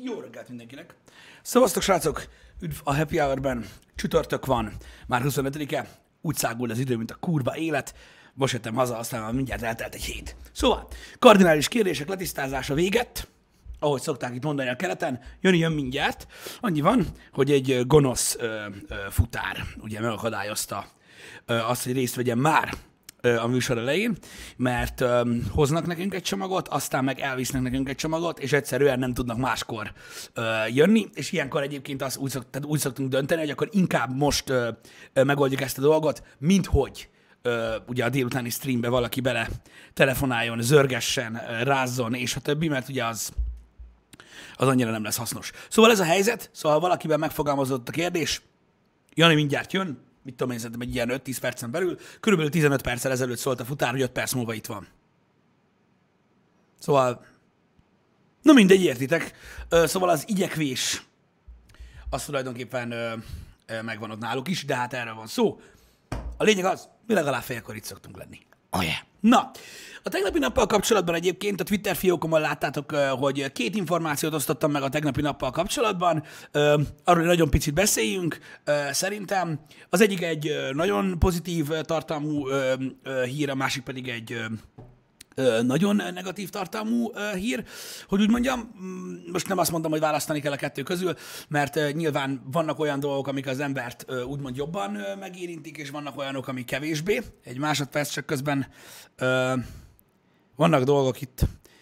Jó reggelt mindenkinek! Szevasztok, srácok! Üdv a Happy Hour-ben. Csütörtök van, már 25-e. Úgy szágul az idő, mint a kurva élet. Most jöttem haza, aztán már mindjárt eltelt egy hét. Szóval, kardinális kérdések letisztázása véget, ahogy szokták itt mondani a keleten, jön mindjárt. Annyi van, hogy egy gonosz futár ugye megakadályozta azt, hogy részt vegyen már a műsor elején, mert hoznak nekünk egy csomagot, aztán meg elvisznek nekünk egy csomagot, és egyszerűen nem tudnak máskor jönni, és ilyenkor egyébként azt úgy szoktunk dönteni, hogy akkor inkább most megoldjuk ezt a dolgot, mint hogy ugye a délutáni streambe valaki bele telefonáljon, zörgessen, rázzon, és a többi, mert ugye az annyira nem lesz hasznos. Szóval ez a helyzet, szóval valakiben megfogalmazott a kérdés, Jani mindjárt jön, mit tudom én, szerintem egy ilyen 5-10 percen belül, körülbelül 15 perccel ezelőtt szólt a futár, hogy 5 perc múlva itt van. Szóval, na mindegy, értitek. Szóval az igyekvés, az tulajdonképpen megvan ott náluk is, de hát erről van szó. A lényeg az, mi legalább fejekor itt szoktunk lenni. Oh yeah. Na, a tegnapi nappal kapcsolatban egyébként a Twitter fiókomon láttátok, hogy 2 információt osztottam meg a tegnapi nappal kapcsolatban. Arról nagyon picit beszéljünk, szerintem. Az egyik egy nagyon pozitív tartalmú hír, a másik pedig egy nagyon negatív tartalmú hír, hogy úgy mondjam, most nem azt mondom, hogy választani kell a kettő közül, mert nyilván vannak olyan dolgok, amik az embert úgymond jobban megérintik, és vannak olyanok, amik kevésbé. Egy másodperc csak közben vannak dolgok itt.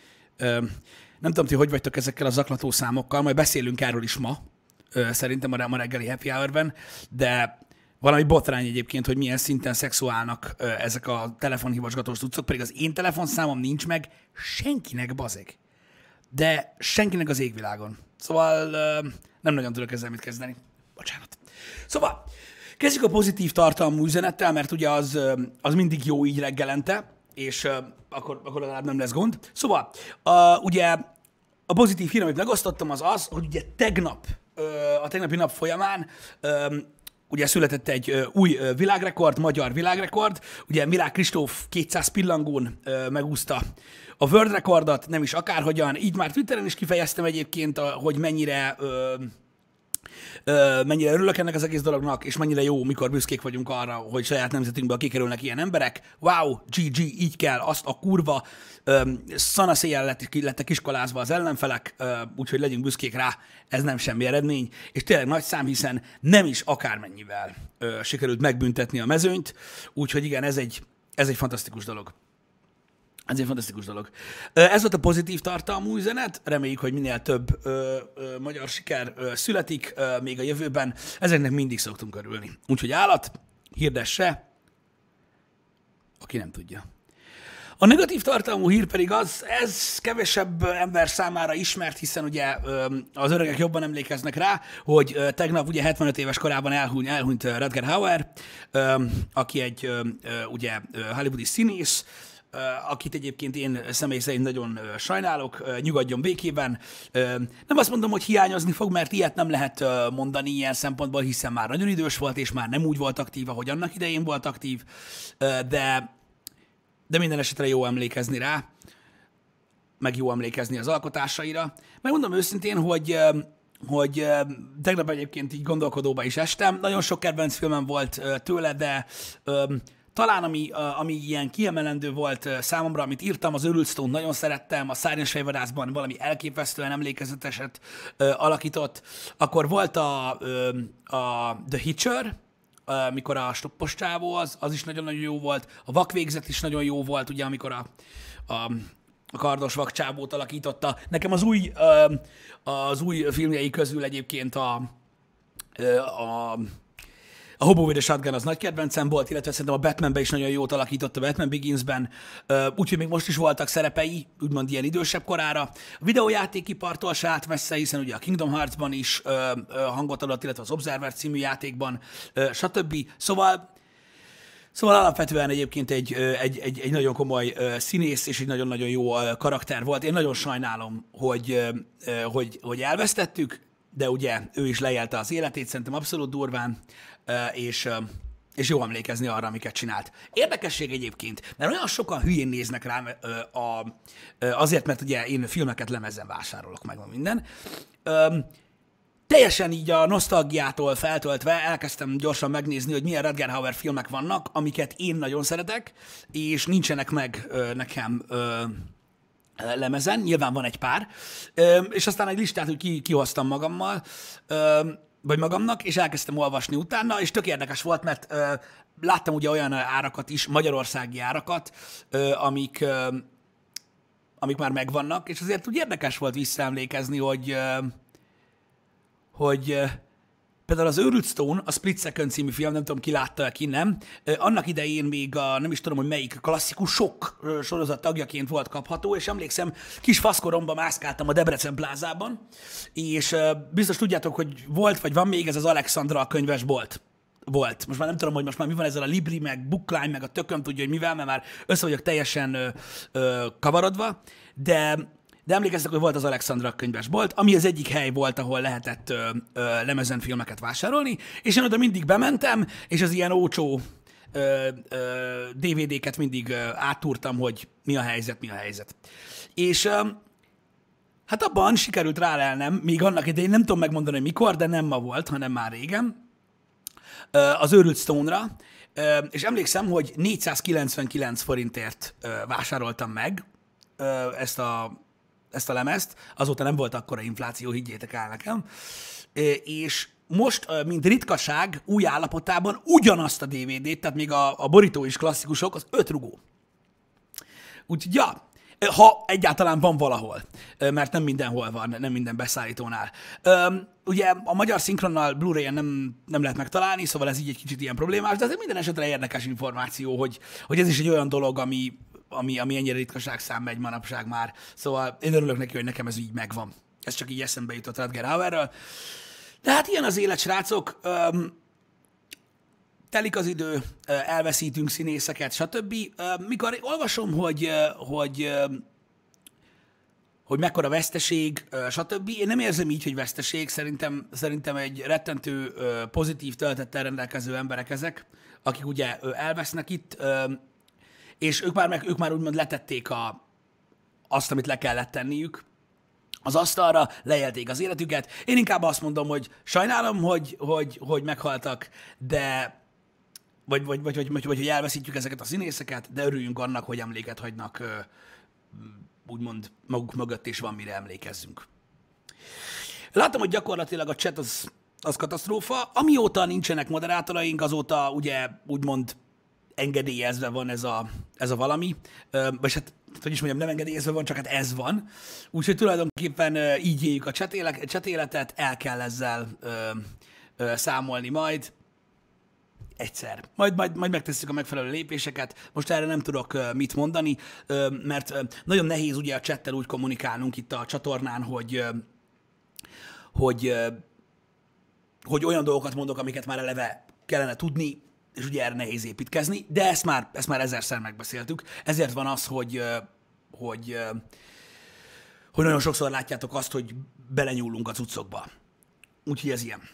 Nem tudom, ti hogy vagytok ezekkel a zaklató számokkal, majd beszélünk erről is ma, szerintem a reggeli Happy Hour-ben, de valami botrány egyébként, hogy milyen szinten szexuálnak ezek a telefonhívasgatós cuccok, pedig az én telefonszámom nincs meg senkinek, bazeg. De senkinek az égvilágon. Szóval nem nagyon tudok ezzel mit kezdeni. Bocsánat. Szóval, kezdjük a pozitív tartalmú üzenettel, mert ugye az mindig jó így reggelente, és akkor legalább nem lesz gond. Szóval, ugye a pozitív hír, amit megosztottam, az, hogy ugye a tegnapi nap folyamán ugye született egy új világrekord, magyar világrekord. Ugye Milák Kristóf 200 pillangón megúszta a world rekordot, nem is akárhogyan. Így már Twitteren is kifejeztem egyébként, hogy mennyire örülök ennek az egész dolognak, és mennyire jó, mikor büszkék vagyunk arra, hogy saját nemzetünkből kikerülnek ilyen emberek. Wow, GG, így kell, azt a kurva szanaszéjjel lettek iskolázva az ellenfelek, úgyhogy legyünk büszkék rá, ez nem semmi eredmény, és tényleg nagy szám, hiszen nem is akármennyivel sikerült megbüntetni a mezőnyt, úgyhogy igen, ez egy fantasztikus dolog. Ez egy fantasztikus dolog. Ez volt a pozitív tartalmú üzenet, reméljük, hogy minél több magyar siker születik még a jövőben. Ezeknek mindig szoktunk örülni. Úgyhogy állat, hirdesse, aki nem tudja. A negatív tartalmú hír pedig ez kevesebb ember számára ismert, hiszen ugye az öregek jobban emlékeznek rá, hogy tegnap ugye 75 éves korában elhunyt Rutger Hauer, aki egy ugye hollywoodi színész, akit egyébként én személy szerint nagyon sajnálok, nyugodjon békében. Nem azt mondom, hogy hiányozni fog, mert ilyet nem lehet mondani ilyen szempontból, hiszen már nagyon idős volt, és már nem úgy volt aktív, ahogy annak idején volt aktív, de minden esetre jó emlékezni rá, meg jó emlékezni az alkotásaira. Megmondom őszintén, hogy tegnap egyébként így gondolkodóba is estem. Nagyon sok kedvenc filmem volt tőle, de talán ami ilyen kiemelendő volt számomra, amit írtam, az Őrült Stone nagyon szerettem, a Szárnyas fejvadászban valami elképesztően emlékezeteset alakított. Akkor volt a The Hitcher, mikor a stoppos csávó az is nagyon-nagyon jó volt. A Vakvégzet is nagyon jó volt, ugye, amikor a kardos vakcsávót alakította. Nekem az új filmjei közül egyébként a Hobo with a Shotgun az nagy kedvencem volt, illetve szerintem a Batmanben is nagyon jót alakított, a Batman Beginsben, úgyhogy még most is voltak szerepei, úgymond ilyen idősebb korára. A videójátékipartól se állt messze, hiszen ugye a Kingdom Hearts-ban is hangot adott, illetve az Observer című játékban, stb. Szóval alapvetően egyébként egy nagyon komoly színész és egy nagyon-nagyon jó karakter volt. Én nagyon sajnálom, hogy elvesztettük, de ugye ő is leélte az életét, szerintem abszolút durván, és és jó emlékezni arra, amiket csinált. Érdekesség egyébként, mert olyan sokan hülyén néznek rám azért, mert ugye én filmeket lemezen vásárolok, meg van minden. Teljesen így a nosztalgiától feltöltve elkezdtem gyorsan megnézni, hogy milyen Rutger Hauer filmek vannak, amiket én nagyon szeretek, és nincsenek meg nekem lemezen, nyilván van egy pár, és aztán egy listát úgy kihoztam magammal, vagy magamnak, és elkezdtem olvasni utána, és tök érdekes volt, mert láttam ugye olyan árakat is, magyarországi árakat, amik már megvannak, és azért úgy érdekes volt visszaemlékezni, hogy például az Őrült Stone, a Split Second című film, nem tudom, ki látta, ki nem, annak idején még nem is tudom, hogy melyik klasszikus sok sorozat tagjaként volt kapható, és emlékszem, kis faszkoromban mászkáltam a Debrecen plázában, és biztos tudjátok, hogy volt, vagy van még ez az Alexandra könyvesbolt. Volt. Most már nem tudom, hogy most már mi van ezzel a Libri, meg Bookline, meg a tököm tudja, hogy mivel, mert már össze vagyok teljesen kavarodva, de emlékeztek, hogy volt az Alexandra könyvesbolt, ami az egyik hely volt, ahol lehetett lemezen filmeket vásárolni, és én oda mindig bementem, és az ilyen ócsó DVD-ket mindig áttúrtam, hogy mi a helyzet. És hát abban sikerült rálelnem, még annak idején, nem tudom megmondani, hogy mikor, de nem ma volt, hanem már régen, az Őrült Stone-ra, és emlékszem, hogy 499 forintért vásároltam meg ezt a lemezt, azóta nem volt akkora infláció, higgyétek el nekem, és most, mint ritkaság, új állapotában ugyanazt a DVD-t, tehát még a borító is klasszikusok, az 5 rugó. Úgyhogy, ja, ha egyáltalán van valahol, mert nem mindenhol van, nem minden beszállítónál. Ugye a magyar szinkronnal Blu-ray-en nem lehet megtalálni, szóval ez így egy kicsit ilyen problémás, de ez minden esetre érdekes információ, hogy ez is egy olyan dolog, ami ennyire ritkaságszám megy manapság már. Szóval én örülök neki, hogy nekem ez így megvan. Ez csak így eszembe jutott Rutger Hauerről. De hát ilyen az élet, srácok. Telik az idő, elveszítünk színészeket, stb. Mikor olvasom, hogy mekkora veszteség, stb. Én nem érzem így, hogy veszteség. Szerintem egy rettentő pozitív töltettel rendelkező emberek ezek, akik ugye elvesznek itt, és ők már úgymond letették azt, amit le kellett tenniük az asztalra, leélték az életüket. Én inkább azt mondom, hogy sajnálom, hogy meghaltak, de vagy hogy elveszítjük ezeket a színészeket, de örüljünk annak, hogy emléket hagynak úgymond maguk mögött, és van mire emlékezzünk. Látom, hogy gyakorlatilag a chat az katasztrófa. Amióta nincsenek moderátoraink, azóta ugye úgymond engedélyezve van ez a valami, vagy hát, hogy is mondjam, nem engedélyezve van, csak hát ez van. Úgyhogy tulajdonképpen így éljük a chat életet, el kell ezzel számolni majd. Egyszer. Majd megtesszük a megfelelő lépéseket. Most erre nem tudok mit mondani, mert nagyon nehéz ugye a chattel úgy kommunikálnunk itt a csatornán, hogy olyan dolgokat mondok, amiket már eleve kellene tudni, és ugye erre nehéz építkezni, de ezt már ezerszer megbeszéltük. Ezért van az, hogy nagyon sokszor látjátok azt, hogy belenyúlunk a cuccokba. Úgyhogy ez ilyen.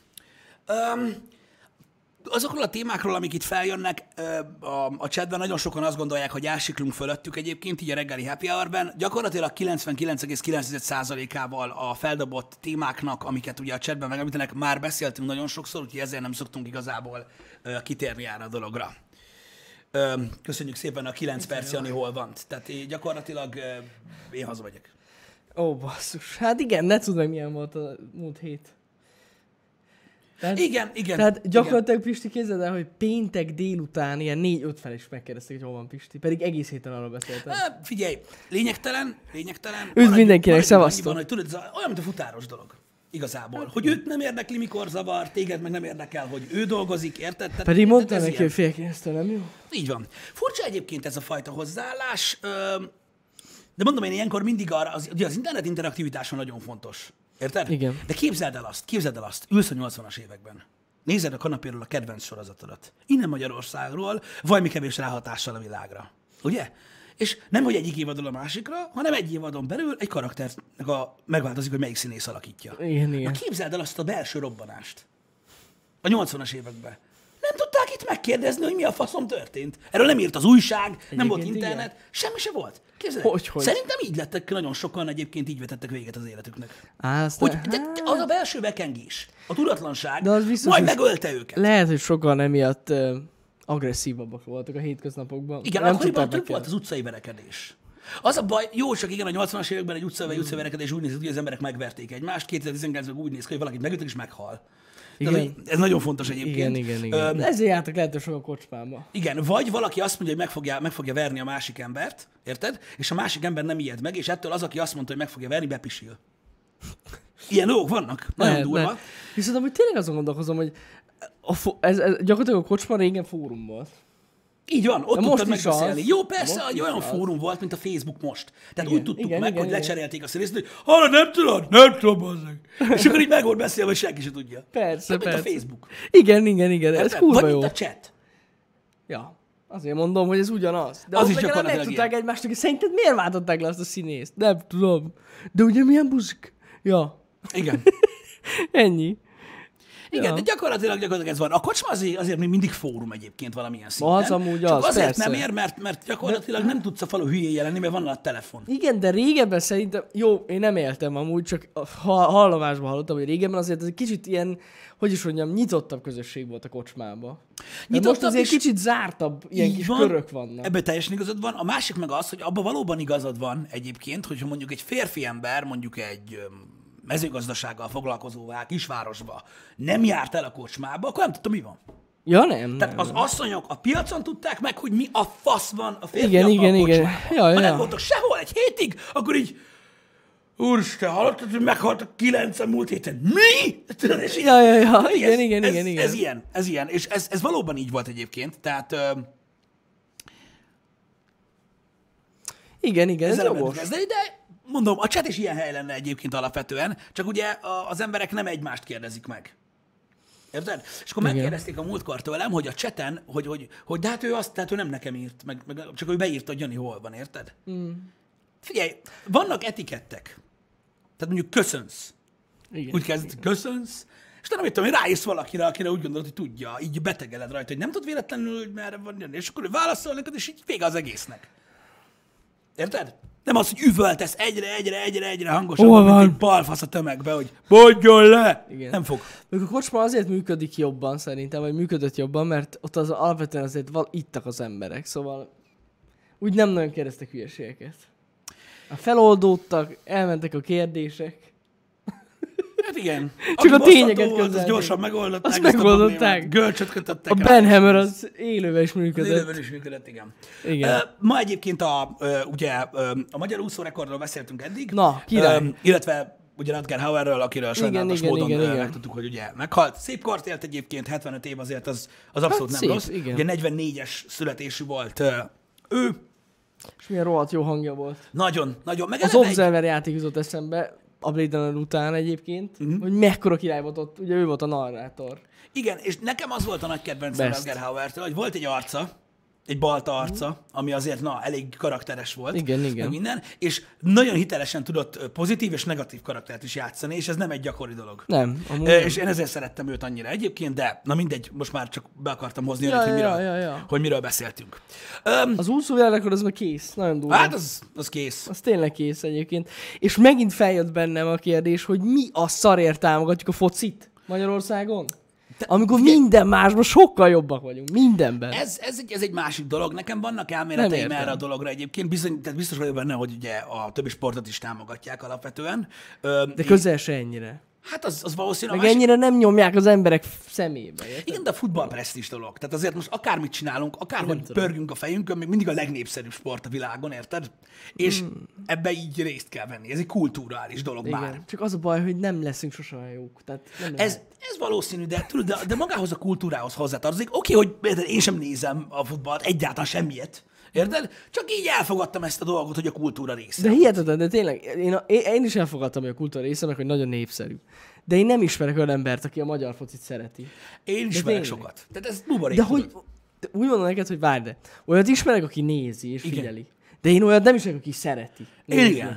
Azokról a témákról, amik itt feljönnek a chatben, nagyon sokan azt gondolják, hogy elsiklunk fölöttük egyébként, így a reggeli happy hour-ben. Gyakorlatilag 99,9%-ával a feldobott témáknak, amiket ugye a chatben megemlítenek, már beszéltünk nagyon sokszor, úgyhogy ezért nem szoktunk igazából kitérni erre a dologra. Köszönjük szépen a 9 perc, Jani, hol van. Tehát gyakorlatilag én haza vagyok. Ó, basszus. Hát igen, ne tudd meg, milyen volt a múlt hét. Tehát, igen. Tehát gyakorlatilag igen. Pisti, képzeld el, hogy péntek délután ilyen 4-5 fel is megkérdezték, hogy hol van Pisti. Pedig egész héten arról beszéltem. Figyelj, lényegtelen. Üdv mindenkinek, szevasztok. Hogy tudod, ez olyan, mint a futáros dolog. Igazából. Hogy őt nem érdekli, mikor zavar, téged meg nem érdekel, hogy ő dolgozik, érted? Pedig mondtam neki, hogy félkésztől, nem jó? Így van. Furcsa egyébként ez a fajta hozzáállás, de mondom én ilyenkor mindig arra, ugye az internet interaktivitása nagyon fontos. Érted? Igen. De képzeld el azt, ülsz a 80-as években. Nézed a kanapéről a kedvenc sorozatodat. Innen Magyarországról valami kevés ráhatással a világra. Ugye? És nem, hogy egyik évadról a másikra, hanem egy évadon belül egy karakternek megváltozik, hogy melyik színész alakítja. Igen. Na képzeld el azt a belső robbanást. A 80-as években. Nem tudták bárkit megkérdezni, hogy mi a faszom történt. Erről nem írt az újság, nem volt Egyébként internet, igen. semmi se volt. Képzeld el. Hogy? Szerintem így lettek nagyon sokan egyébként, így vetettek véget az életüknek. Aztán, Hogy az a belső vekengés, a tudatlanság, De az biztos, majd hogy megölte őket. lehet, hogy sokan emiatt agresszívabbak voltak a hétköznapokban. Igen, Nem akkoriban tudták több volt az utcai verekedés. Az a baj, jó, csak igen, a 80-as években egy utcai verekedés úgy nézett, hogy az emberek megverték egymást, 2019-ben úgy néz ki, hogy valakit megütnek és meghal. Igen. Ez nagyon fontos egyébként. Igen. Ezért jártak lehet, hogy sokan kocsmába. Igen, vagy valaki azt mondja, hogy meg fogja verni a másik embert, érted? És a másik ember nem ijed meg, és ettől az, aki azt mondta, hogy meg fogja verni, bepisil. Ilyen dolgok vannak, nagyon durva. Viszont amúgy tényleg azon gondolkozom, hogy ez gyakorlatilag a kocsma régen fórum volt. Így van, ott most tudtad is megbeszélni. az. Jó, persze, Most egy is olyan az. fórum volt, mint a Facebook most. Tehát Igen, úgy tudtuk igen, meg, igen, hogy igen. lecserélték a színészt, hogy hallod, nem tudod? Nem tudom, bazzeg. És akkor így meg volt beszélve, hogy senki se tudja. Persze, Tehát, mint persze. a Facebook. Igen, ez Érted? kurva Vagy jó. mint a chat. Ja, azért mondom, hogy ez ugyanaz. De Az az is is legalább gyakorlatilag megtudták egymást, hogy szerinted miért váltották le azt a színészt? Nem tudom. De ugye milyen buzik? Ja, Igen. ennyi. Igen, Ja. de gyakorlatilag ez van. A kocsma azért még mindig fórum egyébként valamilyen szinten. Az amúgy Csak az, azért persze. nem ér, mert gyakorlatilag nem tudsz a falu hülyéje lenni, mert van a telefon. Igen, de régebben szerintem, jó, én nem éltem amúgy, csak hallomásban hallottam, hogy régebben azért ez egy kicsit ilyen, hogy is mondjam, nyitottabb közösség volt a kocsmába. De most azért és kicsit zártabb ilyen így kis van, körök vannak. Ebben teljesen igazad van. A másik meg az, hogy abban valóban igazad van egyébként, hogyha mondjuk egy férfi ember, mondjuk egy mezőgazdasággal foglalkozóvá kisvárosba nem járt el a kocsmába, akkor nem tudta, mi van. Ja, nem. Tehát az asszonyok a piacon tudták meg, hogy mi a fasz van a férfiakkal Igen, igen, a igen. kocsmában. Ja, Ha nem ja. voltak sehol egy hétig, akkor így Úristen, hallottad, hogy meghaltak 9 múlt héten? Mi? Tudod, és így- Ja. ez- Igen. Ez ilyen. És ez valóban így volt egyébként. Tehát Igen, ez ezzel nem lehet jogos. kezdeni, de mondom, a chat is ilyen hely lenne egyébként alapvetően, csak ugye az emberek nem egymást kérdezik meg. Érted? És akkor Igen. megkérdezték a múltkor tőlem, hogy a chaten, hogy de hát ő azt, tehát ő nem nekem írt, meg csak ő beírta, hogy Jani hol van, érted? Figyelj, vannak etikettek. Tehát mondjuk köszönsz. Igen. Úgy kezdett, köszönsz, és nem tudom, hogy rájössz valakire, akire úgy gondolod, hogy tudja, így betegeled rajta, hogy nem tud véletlenül, hogy merre van jönni, és akkor ő válaszol neked, és így vége az egésznek. Érted? Nem az, hogy üvöltesz egyre hangosabban, Hol mint van? egy balfasz a tömegbe, hogy mondjon le! Igen. Nem fog. Még a kocsma azért működik jobban szerintem, vagy működött jobban, mert ott az alapvetően azért ittak az emberek, szóval úgy nem nagyon kérdeztek hülyeségeket. Feloldódtak, elmentek a kérdések. Hát igen. Csak a tényeket volt, azt közölték. gyorsan megoldották. Azt ezt a megoldották. problémát. Görcsöt kötöttek A rá. Ben Hammer az élőben is Az működött. élőben is működött, igen. Igen. Ma egyébként ugye a magyar úszórekordról beszéltünk eddig. Na, király. Illetve ugye Rutger Hauerről, akiről sajnálatos igen, módon igen. megtudtuk, hogy ugye meghalt. Szép kort élt egyébként, 75 év azért az abszolút nem szép, rossz. igen. Ugye 44-es születésű volt ő. És milyen rohadt jó hangja volt. Nagyon. Meg Az eleve Observer játék jutott eszembe, a Blade Runner után egyébként, hogy mekkora király volt ott, ugye ő volt a narrátor. Igen, és nekem az volt a nagy kedvencem Best. Rutger Hauertől, hogy volt egy arca, egy balta arca, ami azért elég karakteres volt. Igen. Meg minden, és nagyon hitelesen tudott pozitív és negatív karaktert is játszani, és ez nem egy gyakori dolog. Nem, amúgy nem. És én ezért szerettem őt annyira egyébként, de na mindegy, most már csak be akartam hozni, Ja, önöt, hogy miről beszéltünk. Az úszóvilágrekord az már kész, nagyon durva. Hát az kész. Az tényleg kész egyébként. És megint feljött bennem a kérdés, hogy mi a szarért támogatjuk a focit Magyarországon? Amikor minden másban sokkal jobbak vagyunk. Mindenben. Ez egy másik dolog. Nekem vannak Nem elméleteim értem. erre a dologra egyébként. Tehát biztos vagyok benne, hogy ugye a többi sportot is támogatják alapvetően. De közel se ennyire. Hát az valószínű. Meg ennyire nem nyomják az emberek szemébe. Érted? Igen, de a futball presztízs dolog. Tehát azért most akármit csinálunk, akárhogy pörgünk a fejünkön, még mindig a legnépszerűbb sport a világon, érted? És ebbe így részt kell venni. Ez egy kulturális dolog már. Igen. Csak az a baj, hogy nem leszünk sose olyan jók. Tehát nem lehet. Ez valószínű, de, tudod, de magához a kultúrához hozzátartozik. Oké, hogy én sem nézem a futballt, egyáltalán semmiet. Érted? Csak így elfogadtam ezt a dolgot, hogy a kultúra része. De hihetetlen, de tényleg, én is elfogadtam, hogy a kultúra része, meg hogy nagyon népszerű. De én nem ismerek olyan embert, aki a magyar focit szereti. Én ismerek tényleg. sokat. Tehát ez buborék. De hogy, úgy mondom neked, hogy várj, de olyat ismerek, aki nézi és Igen. figyeli. De én olyat nem ismerek, aki szereti. nézni. Igen.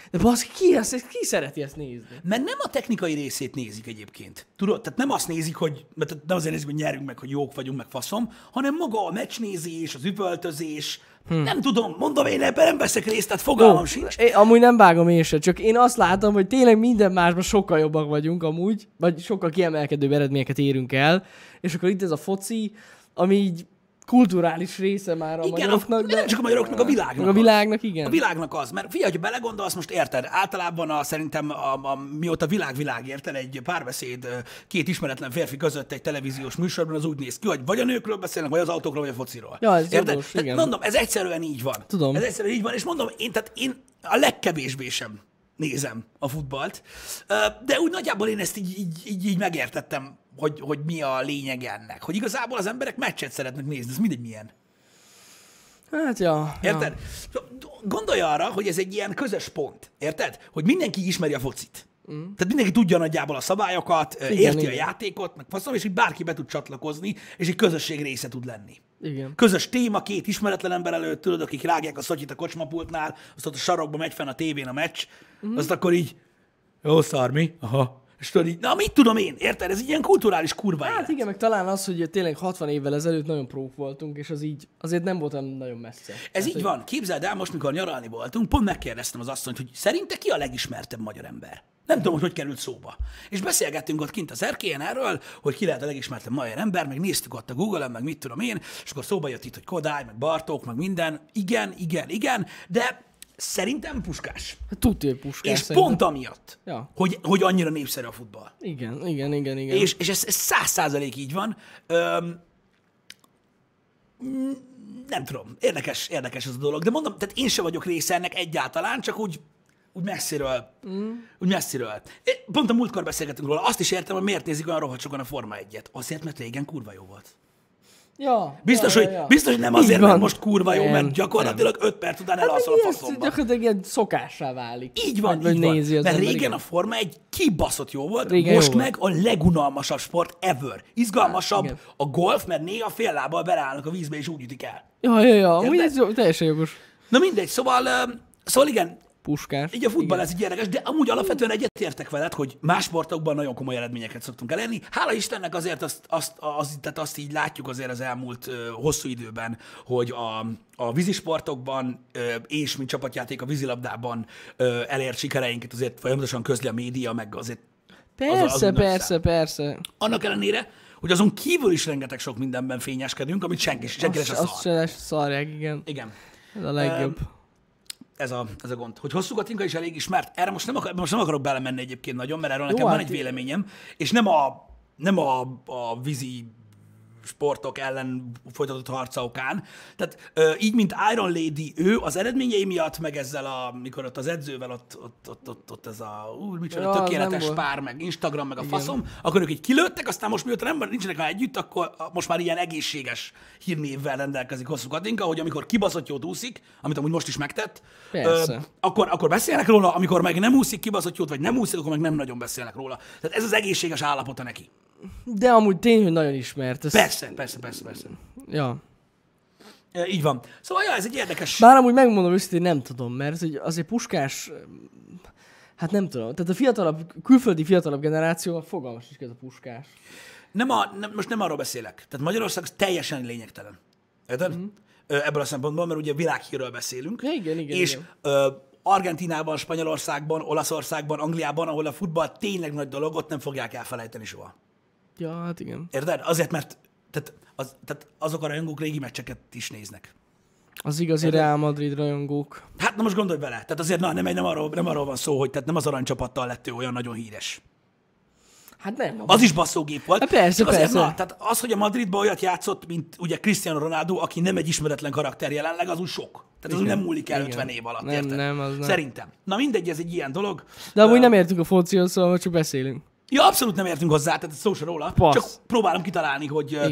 De basz, ki szereti ezt nézni? Mert nem a technikai részét nézik egyébként. Tudod, tehát nem azt nézik, hogy, mert nem azért nézik, hogy nyerünk meg, hogy jók vagyunk, meg faszom, hanem maga a meccsnézés, az üvöltözés. Nem tudom, mondom, én ebben nem veszek részt, tehát fogalmam sincs. Amúgy nem vágom én sem, csak én azt látom, hogy tényleg minden másban sokkal jobbak vagyunk amúgy, vagy sokkal kiemelkedőbb eredményeket érünk el, és akkor itt ez a foci, ami így kulturális része már a magyaroknak. De nem csak a magyaroknak, a világnak. A világnak, igen. A világnak az, mert figyelj, ha belegondolsz, most érted, általában szerintem mióta világ érted, egy párbeszéd két ismeretlen férfi között egy televíziós műsorban az úgy néz ki, hogy vagy a nőkről beszélnek, vagy az autókról, vagy a fociról. Ja, ez érted? jogos, igen. Mondom, ez egyszerűen így van. Tudom. Ez egyszerűen így van, és mondom, én a legkevésbé sem nézem a futballt, de úgy nagyjából én ezt így megértettem, hogy mi a lényeg ennek. Hogy igazából az emberek meccset szeretnek nézni, ez mindegy milyen. Hát ja. Érted? Gondolj arra, hogy ez egy ilyen közös pont. Érted? Hogy mindenki ismeri a focit. Tehát mindenki tudja nagyjából a szabályokat, érti a játékot, meg faszom, és hogy bárki be tud csatlakozni, és egy közösség része tud lenni. Igen. Közös téma, két ismeretlen ember előtt, tudod, akik rágják a szotyit a kocsmapultnál, azt ott a sarokba megy fenn a tévén a meccs, azt akkor így, jó szar, mi? Aha. És tudod így, na mit tudom én, érted? Ez egy ilyen kulturális kurva Hát élet. igen, meg talán az, hogy tényleg 60 évvel ezelőtt nagyon prók voltunk, és az így, azért nem voltam nagyon messze. Ez így van. Képzeld el, most mikor nyaralni voltunk, pont megkérdeztem az asszonyt, hogy szerinte ki a legismertebb magyar ember? Nem tudom, hogy került szóba. És beszélgettünk ott kint az erkélyen erről, hogy ki lehet a legismertebb magyar ember, meg néztük ott a Google-en, meg mit tudom én, és akkor szóba jött itt, hogy Kodály, meg Bartók, meg minden. Igen, de szerintem Puskás. Hát tudja, hogy Puskás És szerintem. pont amiatt, Ja. hogy annyira népszerű a futball. Igen. És ez 100% így van. Nem tudom, érdekes ez a dolog, de mondom, tehát én sem vagyok része ennek egyáltalán, csak úgy messziről. Úgy messziről. Pont a múltkor beszélgetünk róla, azt is értem, hogy miért nézik olyan rohadt sokan a Forma 1-et. Azért, mert régen kurva jó volt. Ja. Biztos, ja. hogy nem Így azért, van. mert most kurva jó, mert Nem, gyakorlatilag 5 perc után Hát elalszol a meg faszomba. gyakorlatilag ilyen szokássá válik. Így van, Vagy így van. nézi az Mert ember, régen igen. a Forma 1 kibaszott jó volt, Régen most jó meg a legunalmasabb sport ever. Izgalmasabb igen. a golf, mert néha fél lábbal beleállnak a vízbe, és úgy ütik el. Ja. Amúgy Érted? ez jó, teljesen jogos. Na mindegy, szóval igen, Puskás. így a futball ez így érdekes, de amúgy alapvetően egyetértek veled, hogy más sportokban nagyon komoly eredményeket szoktunk elérni. Hála Istennek azért azt így látjuk azért az elmúlt hosszú időben, hogy a vízisportokban és mint csapatjáték a vízilabdában elért sikereinket azért folyamatosan közli a média, meg azért Persze. annak ellenére, hogy azon kívül is rengeteg sok mindenben fényeskedünk, amit senki se Azt szar. se szarják, igen. Igen. Ez a legjobb. Ez a gond. Hogy Hosszú Katinka is elég ismert, erre most nem akarok belemenni egyébként nagyon, mert erről nekem hát van egy véleményem, és nem a vízi sportok ellen folytatott harca okán. Tehát így, mint Iron Lady, ő az eredményei miatt, meg ezzel mikor ott az edzővel ott ez a tökéletes pár, meg Instagram, meg a faszom, akkor ők így kilőttek, aztán most miután nincsenek már együtt, akkor most már ilyen egészséges hírnévvel rendelkezik Hosszú Katinka, hogy amikor kibaszott jót úszik, amit amúgy most is megtett, akkor beszélnek róla, amikor meg nem úszik kibaszott jót, vagy nem úszik, akkor meg nem nagyon beszélnek róla. Tehát ez az egészséges állapota neki. De amúgy tény, hogy nagyon ismert. Persze. Ja. Így van. Szóval, ez egy érdekes... Bár amúgy megmondom őszintén, nem tudom, mert hogy azért Puskás, hát nem tudom. Tehát a külföldi fiatalabb generáció, fogalmas is ez a Puskás. Most nem arról beszélek. Tehát Magyarország teljesen lényegtelen. Érted? Ebből a szempontból, mert ugye világhírről beszélünk. Igen. És Argentínában, Spanyolországban, Olaszországban, Angliában, ahol a futball tényleg nagy dolog, ott nem fogják elfelejteni soha. Ja, hát igen. Érted? Azért, mert tehát azok a rajongók régi meccseket is néznek. Az igazi Real Madrid rajongók. Hát na most gondolj bele. Tehát azért nem arról van szó, hogy tehát nem az aranycsapattal lett ő olyan nagyon híres. Hát nem. Az is basszógép volt. Hát persze. Tehát az, hogy a Madridban olyat játszott, mint ugye Cristiano Ronaldo, aki nem egy ismeretlen karakter jelenleg, az úgy sok. Tehát az nem múlik el 50 év alatt, érted? Az nem. Szerintem. Na mindegy, ez egy ilyen dolog. De amúgy nem értünk a focihoz, szóval csak beszélünk. Ja, abszolút nem értünk hozzá, tehát szó se róla. Passz. Csak próbálom kitalálni,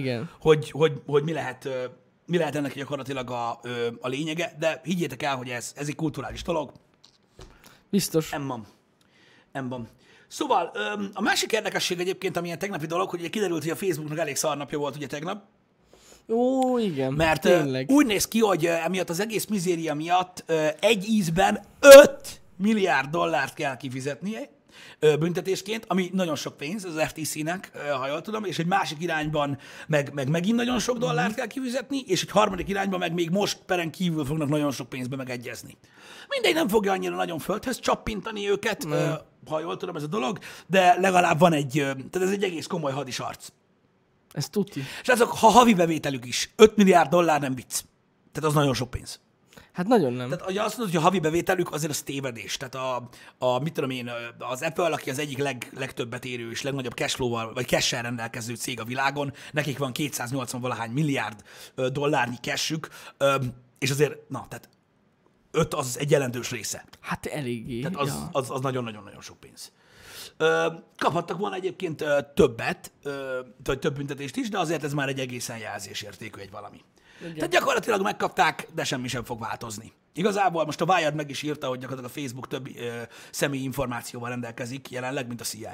hogy mi lehet ennek gyakorlatilag a lényege, de higgyétek el, hogy ez egy kulturális dolog. Biztos. Nem van. Szóval a másik érdekesség egyébként, amilyen tegnapi dolog, hogy ugye kiderült, hogy a Facebooknak elég szarnapja volt ugye tegnap. Ó, igen. Mert tényleg. úgy néz ki, hogy emiatt az egész mizéria miatt egy ízben 5 milliárd dollárt kell kifizetnie büntetésként, ami nagyon sok pénz az FTC-nek, ha jól tudom, és egy másik irányban meg megint nagyon sok dollárt kell kifizetni, és egy harmadik irányban meg még most peren kívül fognak nagyon sok pénzbe megegyezni. Mindegy, nem fogja annyira nagyon földhez csappintani őket, ha jól tudom ez a dolog, de legalább van tehát ez egy egész komoly hadisarc. Ez tuti. És azok, ha havi bevételük is, 5 milliárd dollár nem vicc. Tehát az nagyon sok pénz. Hát nagyon nem. Tehát azt mondod, hogy a havi bevételük azért az tévedés. Tehát mit tudom én, az Apple, aki az egyik legtöbbet érő és legnagyobb cashflow-val, vagy cash-sel rendelkező cég a világon, nekik van 280-valahány milliárd dollárnyi cashük, és azért, tehát 5 az egy jelentős része. Hát eléggé. Tehát az nagyon-nagyon-nagyon sok pénz. Kaphattak volna egyébként többet, vagy több büntetést is, de azért ez már egy egészen jelzésértékű egy valami. Igen. Tehát gyakorlatilag megkapták, de semmi sem fog változni. Igazából most a Wired meg is írta, hogy gyakorlatilag a Facebook több személyi információval rendelkezik jelenleg, mint a CIA.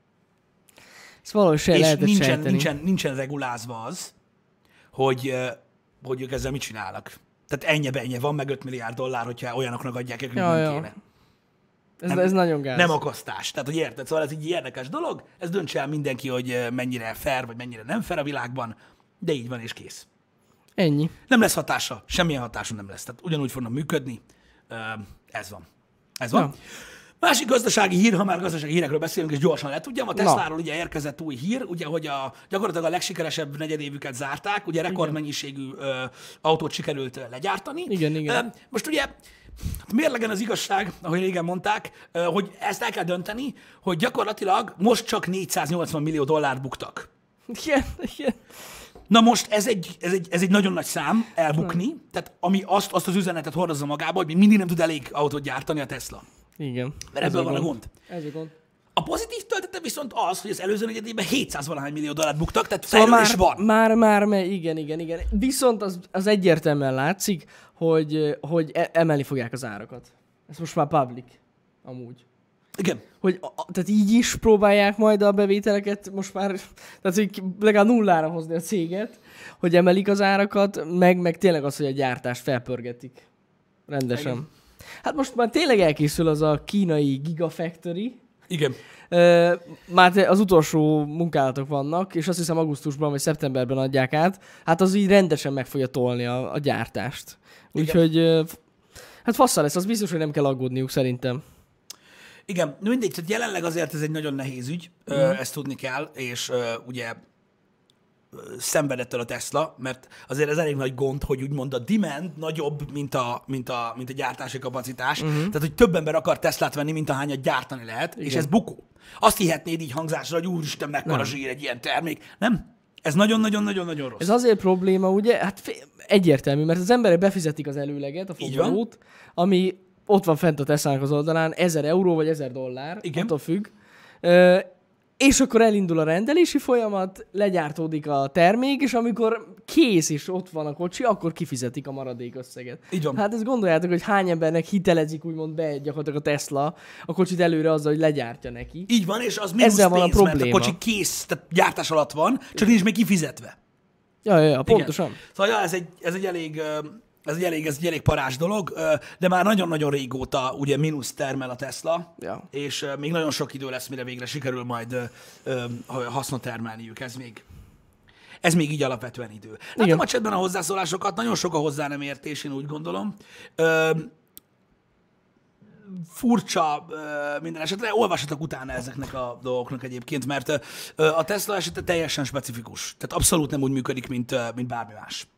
Ezt valahogy se lehetett sejteni. Nincsen regulázva az, hogy ők ezzel mit csinálnak. Tehát ennyi van, meg 5 milliárd dollár, hogyha olyanoknak adják, akik nem kéne. Ez nagyon gáz. Nem akasztás. Tehát, hogy érted? Szóval ez egy érdekes dolog, ez döntse el mindenki, hogy mennyire fair, vagy mennyire nem fair a világban, de így van, és kész. Ennyi. Nem lesz hatása, semmilyen hatása nem lesz. Tehát ugyanúgy fognak működni. Ez van. Ja. Másik gazdasági hír, ha már gazdasági hírekről beszélünk, és gyorsan letudjam, a Tesláról ugye érkezett új hír, ugye, hogy gyakorlatilag a legsikeresebb negyedévüket zárták, ugye rekordmennyiségű autót sikerült legyártani. Igen. Most ugye mérlegen az igazság, ahogy régen mondták, hogy ezt el kell dönteni, hogy gyakorlatilag most csak 480 millió dollárt buktak. Igen. Na most ez egy nagyon nagy szám elbukni, tehát ami azt az üzenetet hordozza magába, hogy még mindig nem tud elég autót gyártani a Tesla. Igen. Mert ebből van a gond. Ez a gond. A pozitív töltete viszont az, hogy az előző negyedében 700-valahány millió dollárt buktak, tehát fejlődés van. Már, igen. Viszont az egyértelműen látszik, hogy emelni fogják az árakat. Ez most már public, amúgy. Igen. Tehát így is próbálják majd a bevételeket most már, tehát hogy legalább nullára hozni a céget, hogy emelik az árakat, meg tényleg az, hogy a gyártást felpörgetik. Rendesen. Igen. Hát most már tényleg elkészül az a kínai Gigafactory. Igen. Már az utolsó munkálatok vannak, és azt hiszem augusztusban vagy szeptemberben adják át. Hát az így rendesen meg fogja tolni a gyártást. Úgyhogy hát fasszal lesz, az biztos, hogy nem kell aggódniuk szerintem. Igen, mindegy, tehát jelenleg azért ez egy nagyon nehéz ügy, ezt tudni kell, és ugye szenvedett el a Tesla, mert azért ez elég nagy gond, hogy úgymond a demand nagyobb, mint a gyártási kapacitás. Tehát, hogy több ember akar Teslát venni, mint ahányat gyártani lehet, igen. És ez bukó. Azt hihetnéd így hangzásra, hogy úristen, mekkora zsír egy ilyen termék. Nem? Ez nagyon-nagyon-nagyon rossz. Ez azért probléma, ugye? Hát egyértelmű, mert az emberek befizetik az előleget, a foglalót, ami ott van fent a Teslának az oldalán, 1000 euró vagy 1000 dollár, igen. Attól függ. És akkor elindul a rendelési folyamat, legyártódik a termék, és amikor kész és ott van a kocsi, akkor kifizetik a maradék összeget. Így van. Hát ezt gondoljátok, hogy hány embernek hitelezik úgymond be gyakorlatilag a Tesla a kocsit előre azzal, hogy legyártja neki. Így van, és az mínusz pénz, van a probléma. Mert a kocsi kész, tehát gyártás alatt van, csak nincs még kifizetve. Ja, pontosan. Igen. Szóval ez egy elég parás dolog, de már nagyon-nagyon régóta ugye mínusz termel a Tesla, és még nagyon sok idő lesz, mire végre sikerül majd hasznot termelniük. Ez még így alapvetően idő. Látom a chatben a hozzászólásokat, nagyon sok a hozzá nem értés, én úgy gondolom. Furcsa minden esetre, olvassatok utána ezeknek a dolgoknak egyébként, mert a Tesla esete teljesen specifikus. Tehát abszolút nem úgy működik, mint bármi más.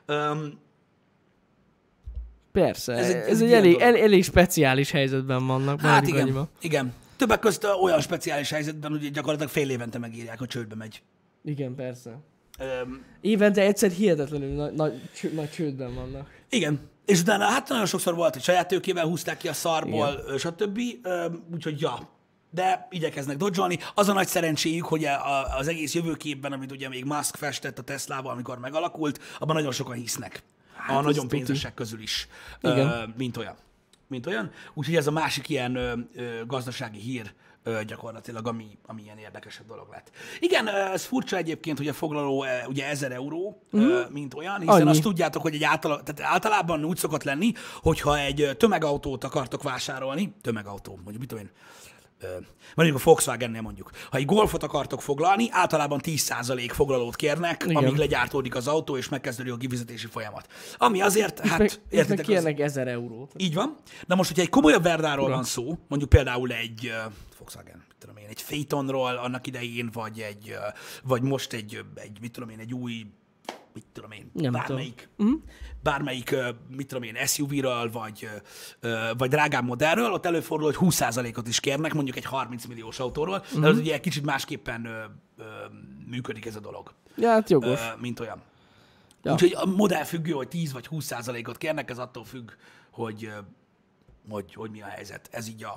Persze, ez egy elég speciális helyzetben vannak. Hát igen. Többek közt olyan speciális helyzetben, hogy gyakorlatilag fél évente megírják, hogy csődbe megy. Igen, persze. Évente egyszer hihetetlenül nagy csődben vannak. Igen, és utána hát nagyon sokszor volt, hogy saját tőkével húzták ki a szarból, stb. Úgyhogy de igyekeznek dodzsolni. Az a nagy szerencséjük, hogy az egész jövőképben, amit ugye még Musk festett a Teslával, amikor megalakult, abban nagyon sokan hisznek. Hát a nagyon pénzesek közül is, mint olyan. Úgyhogy ez a másik ilyen gazdasági hír, gyakorlatilag, ami ilyen érdekesebb dolog lett. Igen, ez furcsa egyébként, hogy a foglaló ugye 1000 euró, mint olyan, hiszen Annyi. azt tudjátok, hogy tehát általában úgy szokott lenni, hogyha egy tömegautót akartok vásárolni, tömegautó, mondjuk mit tudom én, mondjuk a Volkswagennél mondjuk. Ha egy Golfot akartok foglalni, általában 10% foglalót kérnek, Igen. amíg legyártódik az autó, és megkezdődik a kifizetési folyamat. Ami azért, hát Meg értitek, az... kérnek 1000 eurót. Így van. Na most, hogyha egy komolyabb Verdáról van szó, mondjuk például egy Volkswagen, mit tudom én, egy Phaetonról annak idején, vagy most egy mit tudom én, egy új, mit tudom én, Nem bármelyik, mit tudom én, SUV-ről, vagy drágább modellről, ott előfordul, hogy 20%-ot is kérnek, mondjuk egy 30 milliós autóról, de az ugye kicsit másképpen működik ez a dolog, Ja, hát jogos. mint olyan. Ja. Úgyhogy a modell függő, hogy 10 vagy 20%-ot kérnek, ez attól függ, hogy mi a helyzet. Ez így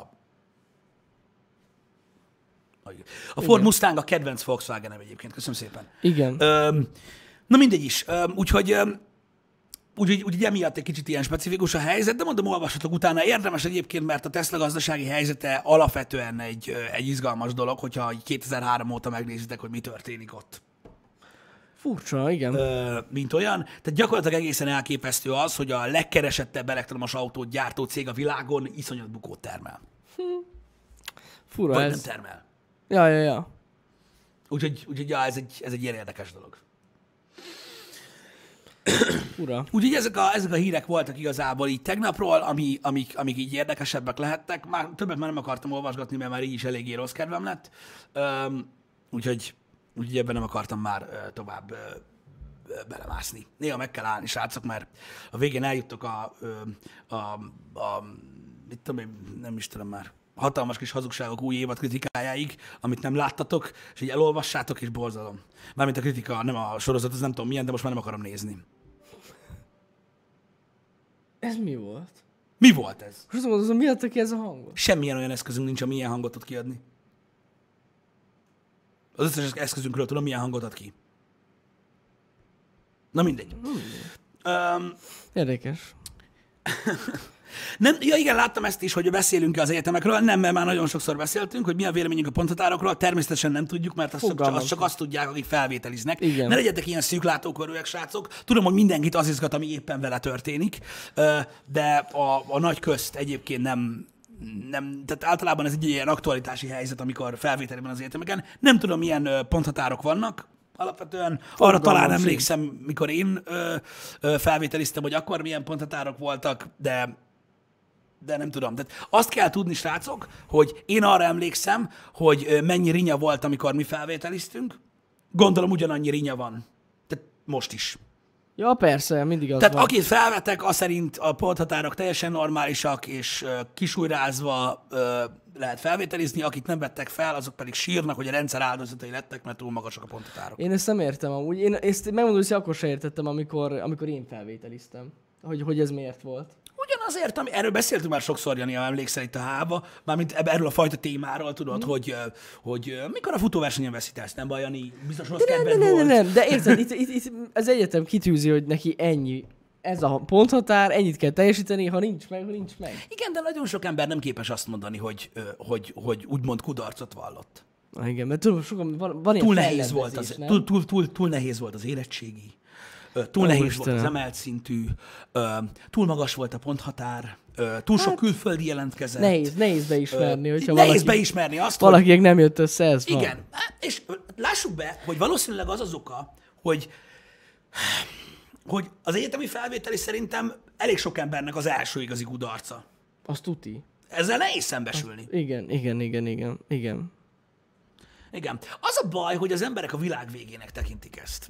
a Ford Mustang a kedvenc Volkswagenem egyébként. Köszönöm szépen. Igen. Na mindegy is. Úgyhogy emiatt egy kicsit ilyen specifikus a helyzet, de mondom, olvashatok utána. Érdemes egyébként, mert a Tesla gazdasági helyzete alapvetően egy izgalmas dolog, hogyha 2003 óta megnézitek, hogy mi történik ott. Furcsa, igen. Mint olyan. Tehát gyakorlatilag egészen elképesztő az, hogy a legkeresettebb elektromos autót gyártó cég a világon iszonyat bukót termel. Fura Vagy ez. nem termel. Ja. Úgyhogy ja, ez egy ilyen érdekes dolog. Fura. Úgyhogy ezek a hírek voltak igazából így tegnapról, amik így érdekesebbek lehettek. Már többet már nem akartam olvasgatni, mert már így is eléggé rossz kedvem lett. Úgyhogy ebben nem akartam már tovább belemászni. Néha meg kell állni, srácok, mert a végén eljuttok mit tudom én, nem is tudom már, hatalmas kis hazugságok új évad kritikájáig, amit nem láttatok, és így elolvassátok, és borzalom. Mármint a kritika, nem a sorozat, az nem tudom milyen, de most már nem akarom nézni. Ez mi volt? Mi volt ez? Most azt mondod, mi adta ki ez a hangot? Semmilyen olyan eszközünk nincs, ami ilyen hangot tud kiadni. Az összes eszközünkről tudom, milyen hangot ad ki. Na mindegy. Érdekes. Nem, ja igen, láttam ezt is, hogy beszélünk-e az egyetemekről. Nem, mert már nagyon sokszor beszéltünk, hogy mi a véleményünk a ponthatárokról. Természetesen nem tudjuk, mert azt csak azt tudják, akik felvételiznek. Igen. Ne legyetek ilyen szűklátókörűek, srácok. Tudom, hogy mindenkit az izgat, ami éppen vele történik, de a nagy közt egyébként nem, tehát általában ez egy ilyen aktualitási helyzet, amikor felvételben az egyetemeken. Nem tudom, milyen ponthatárok vannak. Alapvetően arra talán emlékszem, mikor én felvételiztem, hogy akkor milyen ponthatárok voltak, de nem tudom. Tehát azt kell tudni, srácok, hogy én arra emlékszem, hogy mennyi rinya volt, amikor mi felvételiztünk. Gondolom ugyanannyi rinya van. Tehát most is. Ja, persze, mindig az Tehát van. akit felvetek, az szerint a ponthatárok teljesen normálisak, és kisújrázva lehet felvételizni, akit nem vettek fel, azok pedig sírnak, hogy a rendszer áldozatai lettek, mert túl magasak a ponthatárok. Én ezt nem értem amúgy. Én ezt megmondom, hogy akkor sem értettem, amikor én felvételiztem. Hogy ez miért volt. Ugyanazért, erről beszéltünk már sokszor, Jani, ha emlékszel itt a hába, mármint erről a fajta témáról, tudod, hogy mikor a futóversenyen veszítesz, nem baj, Jani, biztos rossz kedved volt. Nem, de érted, itt az egyetem kitűzi, hogy neki ennyi, ez a ponthatár, ennyit kell teljesíteni, ha nincs meg. Igen, de nagyon sok ember nem képes azt mondani, hogy úgymond kudarcot vallott. Igen, mert tudom, sokan van ilyen Túl nehéz volt fellebbezés, túl nehéz volt az érettségi, túl nehéz volt az emelt szintű, túl magas volt a ponthatár, túl sok külföldi jelentkezett. Nehéz beismerni, hogyha nehéz beismerni azt, hogy... valakinek nem jött össze, ez van. Igen, és lássuk be, hogy valószínűleg az oka, hogy az egyetemi felvételi szerintem elég sok embernek az első igazi kudarca. Azt tuti. Ezzel nehéz szembesülni. Igen. Igen. Az a baj, hogy az emberek a világ végének tekintik ezt.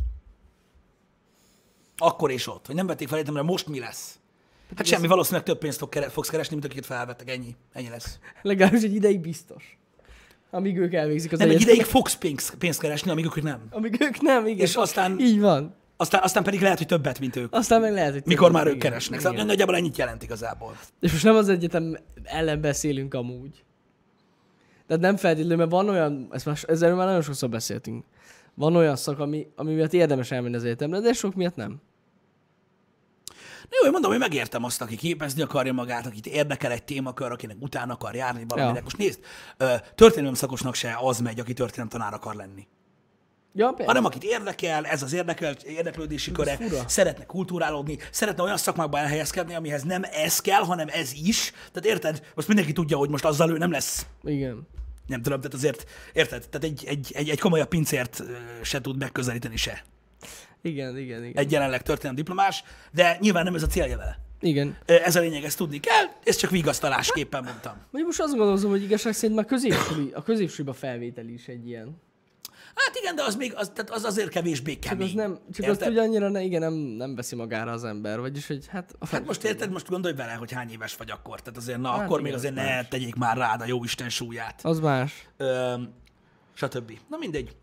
Akkor és ott, hogy nem vették fel egyetemre, most mi lesz? Hát semmi, valószínűleg több pénzt fogsz keresni, mint akiket felvettek, ennyi lesz. Legalábbis egy ideig biztos. Amíg ők elvégzik az nem, egy egyetemet. ideig fogsz pénzt keresni, amíg ők nem. Amíg ők nem, igen. És aztán... Így van. Aztán pedig lehet, hogy többet, mint ők. Aztán meg lehet, hogy mikor már ők keresnek. Szóval nagyjából ennyit jelent igazából. És most nem az egyetem ellen beszélünk amúgy. Tehát nem feltétlenül, mert van olyan, ezzel már nagyon sokszor beszéltünk. Van olyan szak, ami miatt érdemes elmenni az egyetemre, de sok miatt nem. Jó, én mondom, hogy megértem azt, aki képezni akarja magát, akit érdekel egy témakör, akinek utána akar járni valaminek. Ja. Most nézd, történelem szakosnak se az megy, aki történelem tanár akar lenni. Ja, hanem akit érdekel, ez az érdeklődési köre, szeretne kulturálódni, szeretne olyan szakmákba elhelyezkedni, amihez nem ez kell, hanem ez is. Tehát érted? Most mindenki tudja, hogy most azzal ő nem lesz. Igen. Nem tudom, tehát azért, érted? Tehát egy komolyabb pincért se tud megközelíteni se. Igen. Egy jelenleg történelmi diplomás, de nyilván nem ez a célja vele. Igen. Ez a lényeg, ezt tudni kell, ezt csak vigasztalásképpen mondtam. Most azt gondolom, hogy igazság szerint már a középsőbe felvétel is egy ilyen. Hát igen, de az még tehát az azért kevésbé kemény. Csak azt ugye annyira nem veszi magára az ember, vagyis hogy hát... Hát most érted, most gondolj vele, hogy hány éves vagy akkor. Tehát azért, na hát akkor még azért ne tegyék már rád a jóisten súlyát. Az más. Stb. Na mindegy.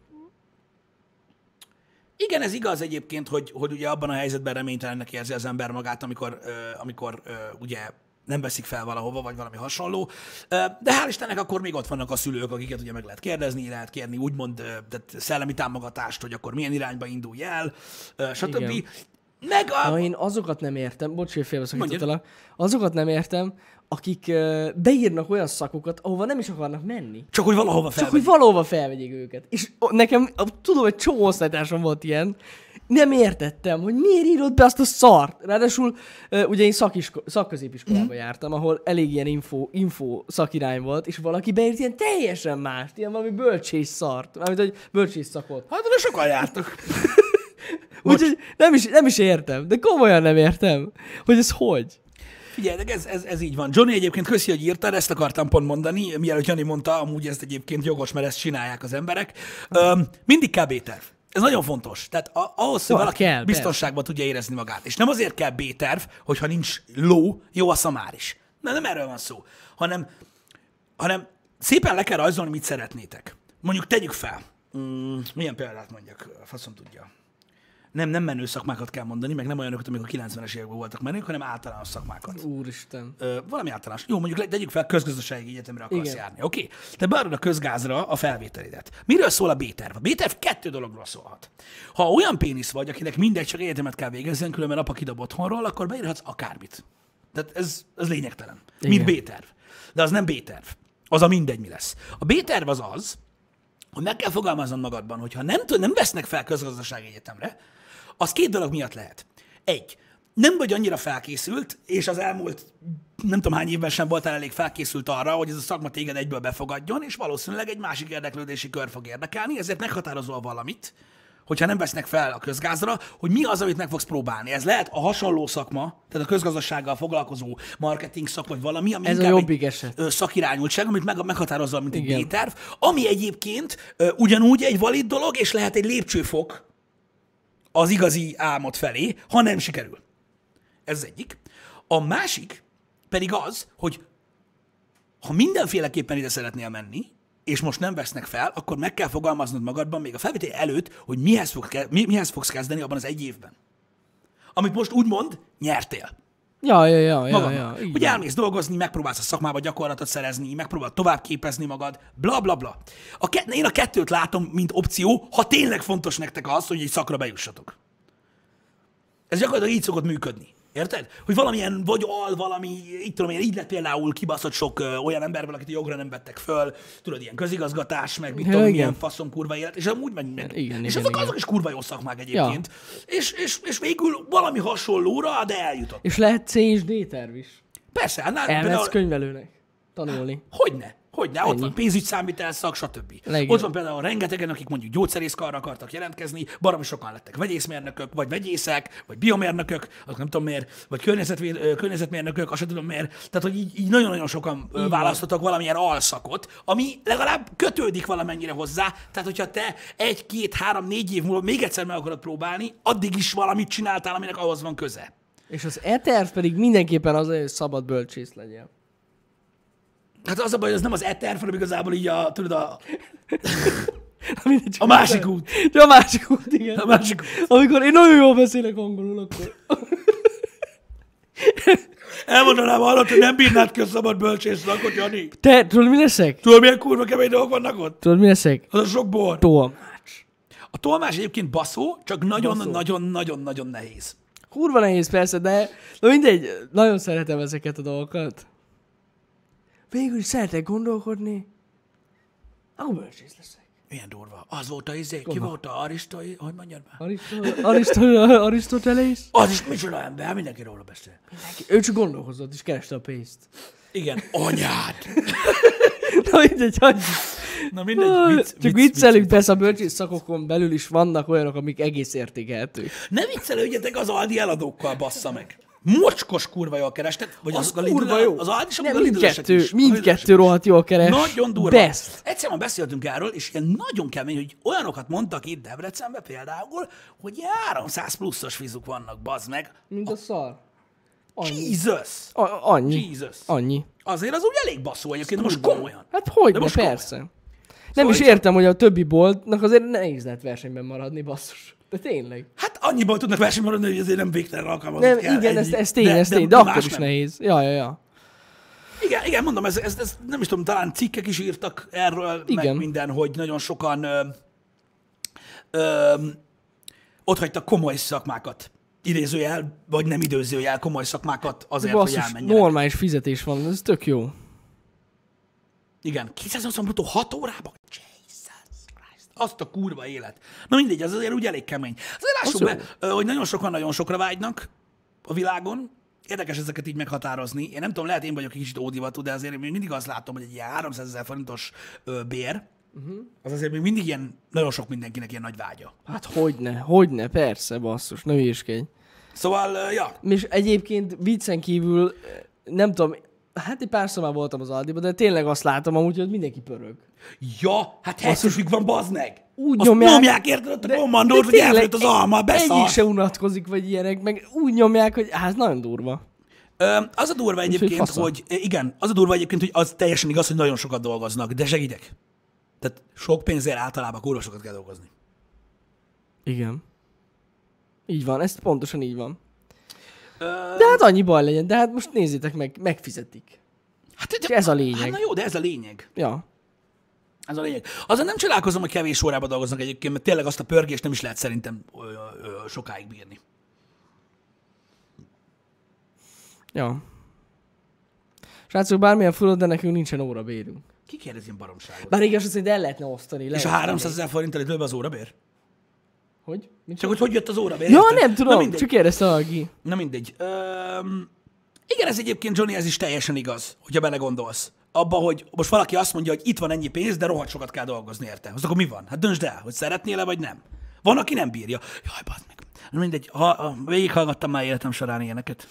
Igen, ez igaz egyébként, hogy ugye abban a helyzetben reménytelennek érzi az ember magát, amikor ugye nem veszik fel valahova, vagy valami hasonló. De hál' Istennek akkor még ott vannak a szülők, akiket ugye meg lehet kérdezni, lehet kérni úgymond tehát szellemi támogatást, hogy akkor milyen irányba indulj el, stb. Igen. Én azokat nem értem, bocs, hogy félbeszakítottalak, azokat nem értem, akik beírnak olyan szakokat, ahova nem is akarnak menni. Csak hogy valahova felvegyék őket. És nekem, tudom, hogy csomó osztálytársam volt ilyen, nem értettem, hogy miért írod be azt a szart. Ráadásul ugye én szakközépiskolába jártam, ahol elég ilyen info szakirány volt, és valaki beírt ilyen teljesen mást, ilyen valami bölcsész szart, mármint hogy bölcsész szakot. Hát de sokan jártak. Úgyhogy nem is értem, de komolyan nem értem, hogy ez hogy. Figyelj, ez így van. Johnny egyébként köszi, hogy írtad, ezt akartam pont mondani, mielőtt Jani mondta, amúgy ez egyébként jogos, mert ezt csinálják az emberek. Mindig kell B-terv. Ez nagyon fontos. Tehát ahhoz, hogy valaki biztonságban tudja érezni magát. És nem azért kell B-terv, hogyha nincs ló, jó a szamár is. Nem erről van szó. Hanem szépen le kell rajzolni, mit szeretnétek. Mondjuk tegyük fel. Milyen példát mondjak? Faszom tudja. Nem menő szakmákat kell mondani, meg nem olyanokat, amik a 90-es években voltak menők, hanem általános szakmákat. Úristen. Valami általános. Jó, mondjuk tegyük fel, közgazdasági egyetemre akarsz járni. Oké. Te beadod a közgázra a felvételidet. Miről szól a B-terv? A B-terv 2 dologról szólhat. Ha olyan pénisz vagy, akinek mindegy, csak egyetemet kell végezzen, különben apa kidob otthonról, akkor beírhatsz akármit. Tehát ez lényegtelen. Mint B-terv. De az nem B-terv. Az a mindegy, mi lesz. A B-terv az, hogy meg kell fogalmaznod magadban, hogyha nem vesznek fel közgazdasági egyetemre, az 2 dolog miatt lehet. 1. Nem vagy annyira felkészült, és az elmúlt nem tudom hány évben sem voltál elég felkészült arra, hogy ez a szakma téged egyből befogadjon, és valószínűleg egy másik érdeklődési kör fog érdekelni, ezért meghatározol valamit, hogyha nem vesznek fel a közgázra, hogy mi az, amit meg fogsz próbálni. Ez lehet a hasonló szakma, tehát a közgazdasággal foglalkozó marketing szak, vagy valami, ami ez inkább egy szakirányultság, amit meghatározol, mint egy B-terv, ami egyébként ugyanúgy egy valid dolog, és lehet egy lépcsőfok az igazi álmod felé, ha nem sikerül. Ez az egyik. A másik pedig az, hogy ha mindenféleképpen ide szeretnél menni, és most nem vesznek fel, akkor meg kell fogalmaznod magadban még a felvétel előtt, hogy mihez fogsz kezdeni abban az 1 évben. Amit most úgymond nyertél. Ja. Hogy elmész dolgozni, megpróbálsz a szakmába gyakorlatot szerezni, megpróbálsz tovább képezni magad, bla bla bla. Én a 2-t látom, mint opció, ha tényleg fontos nektek az, hogy egy szakra bejussatok. Ez gyakorlatilag így szokott működni. Érted? Hogy valamilyen valami, így lett például kibaszott sok olyan emberből, akit a jogra nem vettek föl, tudod, ilyen közigazgatás, meg milyen faszom kurva élet, és amúgy meg. És azok is kurva jó szakmák egyébként. Ja. És végül valami hasonlóra, de eljutott. És lehet C és D terv is. Persze. Elmehetsz könyvelőnek tanulni. Hogyne, ott van pénzügyszámítés szak, stb. Legyen. Ott van például rengetegen, akik mondjuk gyógyszerészkarra akartak jelentkezni, baromi sokan lettek vegyészmérnökök, vagy vegyészek, vagy biomérnökök, azt nem tudom miért, vagy környezetmérnökök, azt sem tudom miért. Tehát, hogy így nagyon-nagyon sokan választottak valamilyen alszakot, ami legalább kötődik valamennyire hozzá. Tehát, hogyha te 1, 2, 3, 4 év múlva még egyszer meg akarod próbálni, addig is valamit csináltál, aminek ahhoz van köze. És az e-terv pedig mindenképpen az, hogy szabad bölcsész legyen. Hát az a baj, hogy ez nem az e-terv, hanem igazából így a másik út. A másik út, igen. A másik út. Amikor én nagyon jól beszélek angolul, akkor... Elmondanám, hallott, hogy nem bírnád ki a szabad bölcsész szakot, Jani. Te, tudod, mi leszek? Tudod, milyen kurva kemény dolgok vannak ott? Tudod, mi leszek? Az a sok bor. Tolmács. A tolmács egyébként baszó, csak nagyon-nagyon-nagyon-nagyon nehéz. Kurva nehéz persze, de mindegy, nagyon szeretem ezeket a dolgokat. Végül is szeretek gondolkodni. Akkor bölcsész leszek. Milyen durva. Az volt a izé, ki volt a Arisztoi, hogy mondjad már? Arisztotelész? Az is micsoda ember, mindenki róla beszél. Ő csak gondolkozott és kereste a pénzt. Igen, anyád. Na mindegy, hagyjuk. Na mindegy, Csak viccelünk, persze a bölcsész szakokon belül is vannak olyanok, amik egész értékelhetők. Ne viccelődjetek az Aldi eladókkal, bassza meg. Mocskos kurva jól kerestek, vagy Az azok a kurva Lidl, jó. az Aldi és Nem, a Lidl-esek is. mindkettő rohadt jól keres. Nagyon durva. Best. Egyszer már beszéltünk erről, és ilyen nagyon kemény, hogy olyanokat mondtak itt Debrecenben például, hogy ilyen 300 pluszos fizuk vannak, bazd meg. Mint a szar. Annyi. Jesus! Annyi. Jesus! Annyi. Azért az úgy elég basszó egyébként, most komolyan. Hát hogy, De de most persze. komolyan. Nem is Szóval értem, hogy a többi boltnak azért nehéz lehet versenyben maradni, basszus. De tényleg. Hát annyiban tudnak versenyben maradni, hogy azért nem végtelen alkalmazott Nem, kell. igen, ennyi. ez tény, de akkor más is nem. nehéz. Ja. Igen, mondom, ez nem is tudom, talán cikkek is írtak erről, Igen. meg minden, hogy nagyon sokan ott hagytak komoly szakmákat. Idézőjel, vagy nem idézőjel, komoly szakmákat azért, hogy Basszus, elmenjenek. normális fizetés van, ez tök jó. Igen, 280 bruttó 6 órában? Jesus Christ. Azt a kurva élet. Na mindegy, az azért úgy elég kemény. Azért lássuk be, hogy nagyon sokan nagyon sokra vágynak a világon. Érdekes ezeket így meghatározni. Én nem tudom, lehet én vagyok egy kicsit ódivatú, de azért én még mindig azt látom, hogy egy ilyen 300 000 forintos bér, az azért még mindig ilyen, nagyon sok mindenkinek ilyen nagy vágya. Hát hogyne, persze, basszus, ne hülyéskedj. Szóval, ja. És egyébként viccen kívül, nem tudom, hát egy párszor már voltam az Aldiban, de tényleg azt látom amúgy, hogy mindenki pörög. Ja, hát 70 van, bazd meg! Úgy Azt nyomják- nyomják érted ott a kommandót, hogy tényleg elfőtt az alma, Egyik beszart. se unatkozik, vagy ilyenek, meg úgy nyomják, hogy hát nagyon durva. Az a durva egyébként, fasza. hogy igen, az a durva egyébként, hogy az teljesen igaz, hogy nagyon sokat dolgoznak, de segítek. Tehát sok pénzért általában kurva sokat kell dolgozni. Igen. Így van, ez pontosan így van. De hát annyi baj legyen, de hát most nézzétek meg, megfizetik. Hát, És ez a lényeg. Hát na jó, de ez a lényeg. Ja. Ez a lényeg. Azon nem csodálkozom, hogy kevés órába dolgoznak egyébként, mert tényleg azt a pörgést nem is lehet szerintem sokáig bírni. Ja. Srácok, bármilyen furod, de nekünk nincsen órabérünk. Ki kérdez ilyen baromságot? Bár igaz, hogy el lehetne osztani. És a 300 000 forinttal több az órabér? Hogy? Mit Csak hogy jött az órabér? Ja, érted? nem Na tudom, mindegy. csak kérdezte valaki. Na mindegy. Igen, ez egyébként, Johnny, ez is teljesen igaz, hogyha belegondolsz. Abba, hogy most valaki azt mondja, hogy itt van ennyi pénz, de rohadt sokat kell dolgozni érte. Az akkor mi van? Hát döntsd el, hogy szeretnél-e, vagy nem. Van, aki nem bírja. Jaj, bazd meg. Na mindegy, végighallgattam már életem során ilyeneket.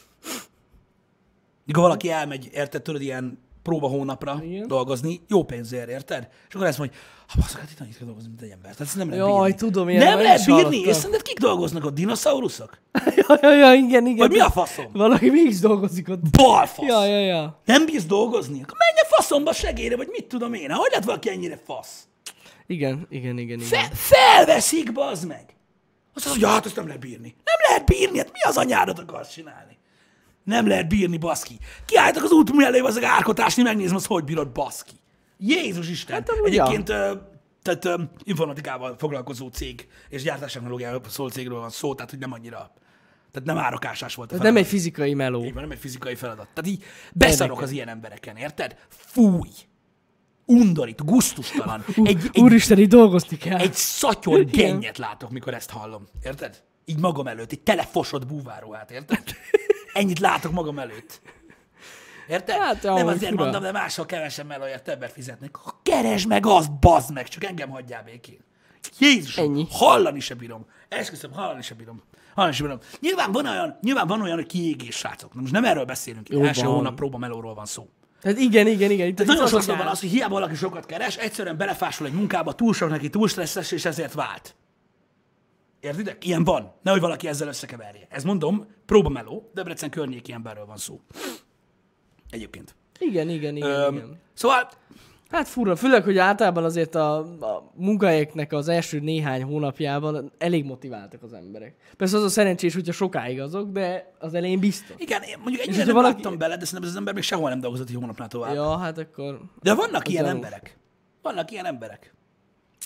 Mikor valaki elmegy, érted, tudod, ilyen próba hónapra Igen. dolgozni, jó pénzért, érted? És akkor ezt mondja, basszak, hát itt annyit kell dolgozni, mint egy ember. Tehát ezt nem lehet Jaj, bírni. tudom, ilyen nem már lehet is bírni, hallottam. és szerinted kik dolgoznak ott? Dinoszauruszok? Ja, igen. Vagy mi a faszom? Valaki mégis dolgozik ott. Balfasz! Ja. Nem bírsz dolgozni? Akkor menj a faszomba segélyre, vagy mit tudom én? Hogy lehet valaki ennyire fasz? Igen. Felveszik, bazd meg! Azt mondja, hogy hát ezt nem lehet bírni. Nem lehet bírni, hát mi az anyádat akarsz csinálni? Nem lehet bírni, baszki. Kiálltak az út mellé, az árkotásni, megnézem, az hogy bírod, baszki. Jézus Isten! Hát amúgy Egyébként tehát informatikával foglalkozó cég és gyártástechnológiával szóló cégről van szó, tehát hogy nem annyira, tehát nem árakásás volt a Ez feladat. nem egy fizikai meló. Így van, nem egy fizikai feladat. Tehát így beszarok Érdekes. az ilyen embereken, érted? Fúj! Undorít, gusztustalan. Egy Úristen, így dolgozni kell. egy szatyor Igen. gennyet látok, mikor ezt hallom. Érted? Így magam előtt, egy telefosott búváruhát, érted? Ennyit látok magam előtt. Érted? Hát, nem ahogy azért fura. mondom, de máshol kevesebb olyan többet fizetnek. Keresd meg azt, bazd meg, csak engem hagyjál békén. Jézus, Ennyi. hallani se bírom. Esküszöm, hallani se bírom. Nyilván van olyan, hogy kiégés, srácok. Na most nem erről beszélünk. Jó Első van. hónap próbamelóról van szó. Hát igen. Itt Tehát nagyon az sokszor akár. van az, hogy hiába valaki sokat keres, egyszerűen belefásol egy munkába, túl sok neki, túl stresszes, és ezért vált. Értitek? Ilyen van. Nehogy valaki ezzel összekeverje. Ez mondom, próbameló, Debrecen környéki emberről van szó. Egyébként. Igen. Szóval, Hát fura, főleg, hogy általában azért a munkahelyeknek az első néhány hónapjában elég motiváltak az emberek. Persze az a szerencsés, hogyha sokáig azok, de az elején biztos. igen, én mondjuk ennyire hogyha nem valaki- láttam bele, de szerintem ez az ember még sehol nem dolgozott egy hónapnál tovább. Ja, hát akkor... De vannak ilyen gyanús. emberek. Vannak ilyen emberek.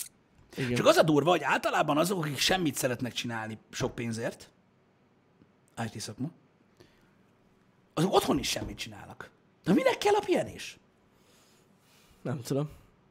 Igen. Csak az a durva, hogy általában azok, akik semmit szeretnek csinálni sok pénzért, IT szakma, azok otthon is semmit csinálnak. De minek kell a pihenés? Nem tudom.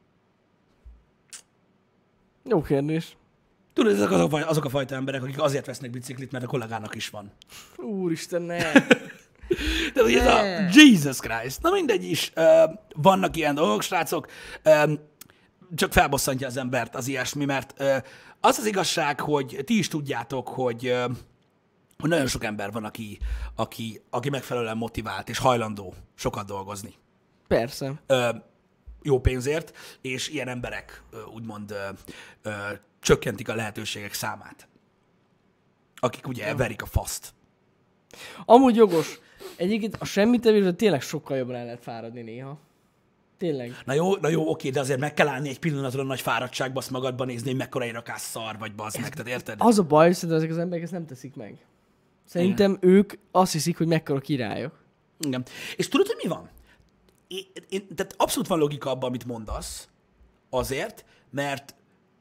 Jó kérdés. Tudod, ezek azok a fajta emberek, akik azért vesznek biciklit, mert a kollégának is van. Úristen, ne! De ugye ez a Jesus Christ. Na mindegy is. Vannak ilyen dolgok, srácok. Csak felbosszantja az embert az ilyesmi, mert az az igazság, hogy ti is tudjátok, hogy nagyon sok ember van, aki megfelelően motivált és hajlandó sokat dolgozni. Persze. Jó pénzért, és ilyen emberek úgymond csökkentik a lehetőségek számát. Akik ugye verik a faszt. Amúgy jogos. Egyébként a semmitevésben tényleg sokkal jobban el lehet fáradni néha. Tényleg. Na jó, oké, de azért meg kell állni egy pillanatra nagy fáradtságba, azt magadban nézni, hogy mekkora egy rakás szar vagy, bazd meg, tehát érted? Az a baj, szerintem ezek az emberek ezt nem teszik meg. Szerintem ők azt hiszik, hogy mekkora királyok. Igen. És tudod, hogy mi van? Tehát abszolút van logika abban, amit mondasz, azért, mert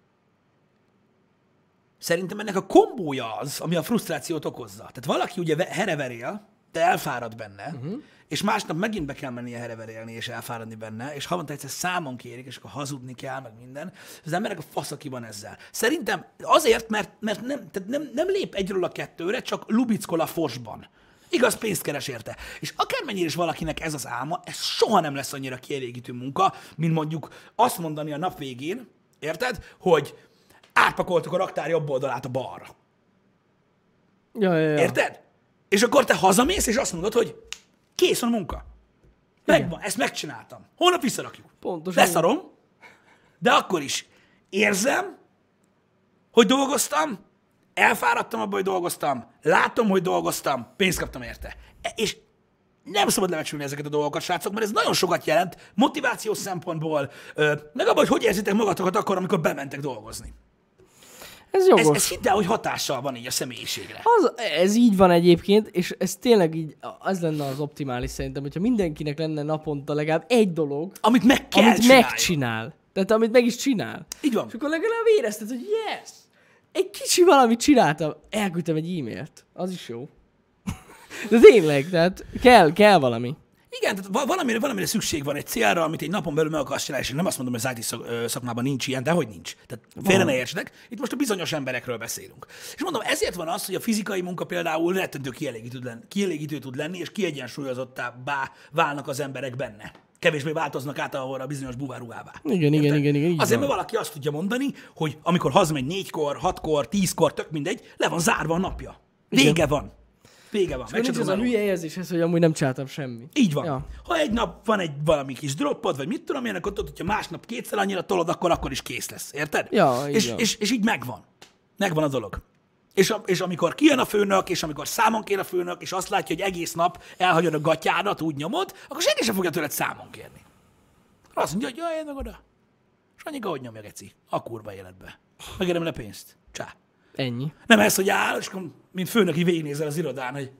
szerintem ennek a kombója az, ami a frusztrációt okozza. Tehát valaki ugye hereverél, de elfárad benne, és másnap megint be kell mennie hereverélni és elfáradni benne, és havonta egyszer számon kérik, és akkor hazudni kell, meg minden. Az emberek a fasz, aki van ezzel. Szerintem azért, mert nem lép egyről a kettőre, csak lubickol a fosban. Igaz, pénzt keres érte. És akármennyire is valakinek ez az álma, ez soha nem lesz annyira kielégítő munka, mint mondjuk azt mondani a nap végén, érted, hogy átpakoltuk a raktár jobb oldalát a balra. Ja. Érted? És akkor te hazamész, és azt mondod, hogy kész van a munka. Megvan, ezt megcsináltam. Holnap visszarakjuk. Pontosan. Leszarom, de akkor is érzem, hogy dolgoztam, elfáradtam abba, hogy dolgoztam, látom, hogy dolgoztam, pénzt kaptam érte. És nem szabad lebecsülni ezeket a dolgokat, srácok, mert ez nagyon sokat jelent motivációs szempontból, meg abban, hogy érzitek magatokat akkor, amikor bementek dolgozni. Ez jogos. Ez hidd el, hogy hatással van így a személyiségre. Ez így van egyébként, és ez tényleg így, az lenne az optimális szerintem, hogyha mindenkinek lenne naponta legalább egy dolog, Amit meg kell amit csináljon. megcsinál. Tehát amit meg is csinál. Így van. És akkor legalább érezted, hogy yes! Egy kicsi valamit csináltam, elküldtem egy e-mailt. Az is jó. De tényleg, tehát kell valami. Igen, tehát valamire szükség van, egy célra, amit egy napon belül meg akarsz csinálni, és nem azt mondom, hogy az IT szakmában nincs ilyen, de hogy nincs. Tehát félre ne értsetek, itt most a bizonyos emberekről beszélünk. És mondom, ezért van az, hogy a fizikai munka például rettentő kielégítő tud lenni, és kiegyensúlyozottabbá válnak az emberek benne. Kevésbé változnak át a bizonyos buvárruhává. Igen. Azért, mert valaki azt tudja mondani, hogy amikor hazamegy 4-kor, 6-kor, 10-kor, tök mindegy, le van zárva a napja. Vége van. Nincs az a hülye érzéshez, hogy amúgy nem csináltam semmit. Így van. Ja. Ha egy nap van egy valami kis droppod, vagy mit tudom én, akkor tudod, hogyha másnap kétszer annyira tolod, akkor is kész lesz. Érted? Ja, így van. És így megvan. Megvan a dolog. És amikor kijön a főnök, és amikor számon kér a főnök, és azt látja, hogy egész nap elhagyod a gatyádat, úgy nyomod, akkor senki sem fogja tőled számon kérni. Azt mondja, hogy jaj, meg oda. És annyi, hogy nyomja, geci. A kurva életbe. Megérem le pénzt. Csá. Ennyi. Nem ez, hogy áll, és akkor, mint főnöki végignézel az irodán, hogy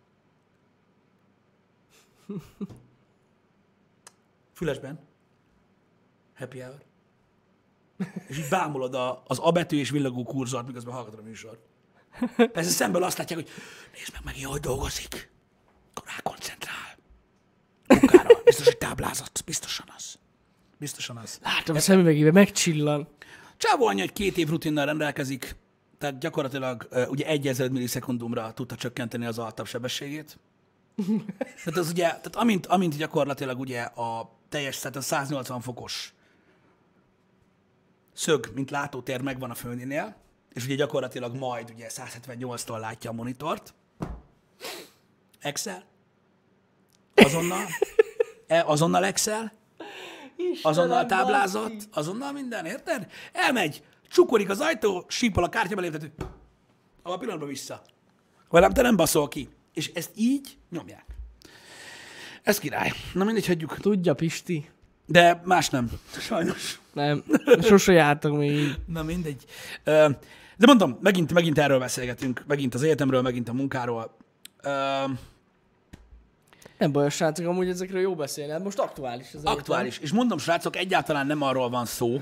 fülesben. Happy hour. És így bámulod az A betű és villogó kurzort, miközben hallgatod a műsort. Persze szemből azt látják, hogy nézd meg, megint hogy dolgozik. Rákoncentrál. Munkára. Biztos, hogy táblázat. Biztosan az. Biztosan az. Látom a szemüvegébe, megcsillan. Csávó anyja egy 2 év rutinnal rendelkezik, tehát gyakorlatilag ugye 1000 millisekundumra tudta csökkenteni az altabb sebességét. Tehát az ugye, tehát amint gyakorlatilag ugye a teljes, tehát a 180 fokos szög, mint látótér megvan a főnél, és ugye gyakorlatilag majd ugye 178-tól látja a monitort. Excel. Azonnal Excel. Azonnal táblázat, azonnal minden, érted? Elmegy, csukorik az ajtó, sípol a kártya beléptető. A pillanatban vissza. Velem te nem baszol ki. És ezt így nyomják. Ez király. Na mindegy, hagyjuk. Tudja, Pisti. De más nem. Sajnos. Nem, sose jártak még így. Na mindegy. De mondom, megint erről beszélgetünk. Megint az életemről, megint a munkáról. Nem baj, srácok, amúgy ezekről jó beszélni. Hát most aktuális az Aktuális. Egyetem. És mondom, srácok, egyáltalán nem arról van szó,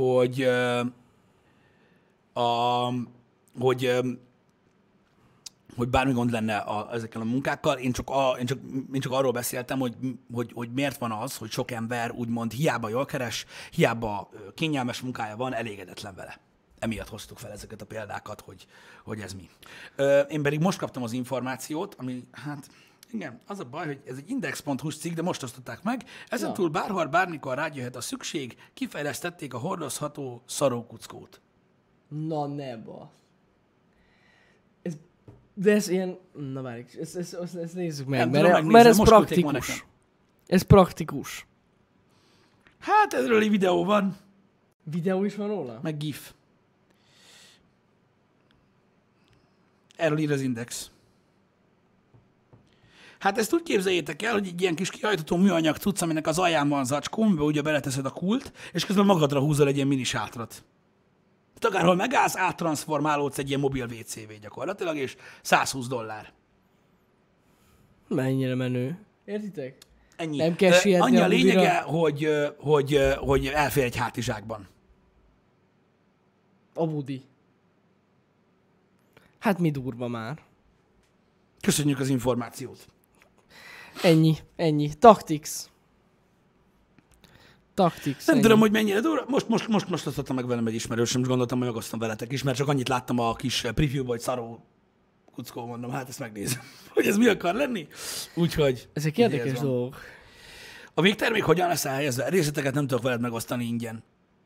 hogy hogy bármi gond lenne ezekkel a munkákkal. Én csak arról beszéltem, hogy miért van az, hogy sok ember úgymond hiába jól keres, hiába kényelmes munkája van, elégedetlen vele. Emiatt hoztuk fel ezeket a példákat, hogy ez mi. Én pedig most kaptam az információt, ami, hát igen, az a baj, hogy ez egy index.hu-s cikk, de most osztották meg. Ezentúl bárhol, bármikor rájöhet a szükség, kifejlesztették a hordozható szarókuckót. Na ne ba. De ez ilyen... Na várj, ezt nézzük meg, mert ez praktikus. Ez praktikus. Hát ezről egy videó van. Videó is van róla? Meg GIF. Erről ír az Index. Hát ezt úgy képzeljétek el, hogy egy ilyen kis kihajtható műanyag cucc, aminek az alján van zacskó, amiben ugye beleteszed a kult, és közben magadra húzol egy ilyen mini sátrat. Tehát akárhol megállsz, áttranszformálódsz egy ilyen mobil WC-vé gyakorlatilag, és $120. Mennyire menő. Értitek? Ennyi. Nem kell sietni annyi a budira. lényege, hogy elfér egy hátizsákban. A budi. Hát mi durva már. Köszönjük az információt. Ennyi. Tactics. Nem tudom, hogy mennyire durva. Most osztottam meg velem egy ismerősöm, és gondoltam, hogy megosztom veletek is, mert csak annyit láttam a kis preview-ba, hogy szaró kuckó, mondom, hát ezt megnézem, hogy ez mi akar lenni. Úgyhogy... Ezek érdekes dolgok. A végtermék hogyan lesz elhelyezve? Részleteket nem tudok veled megosztani ingyen.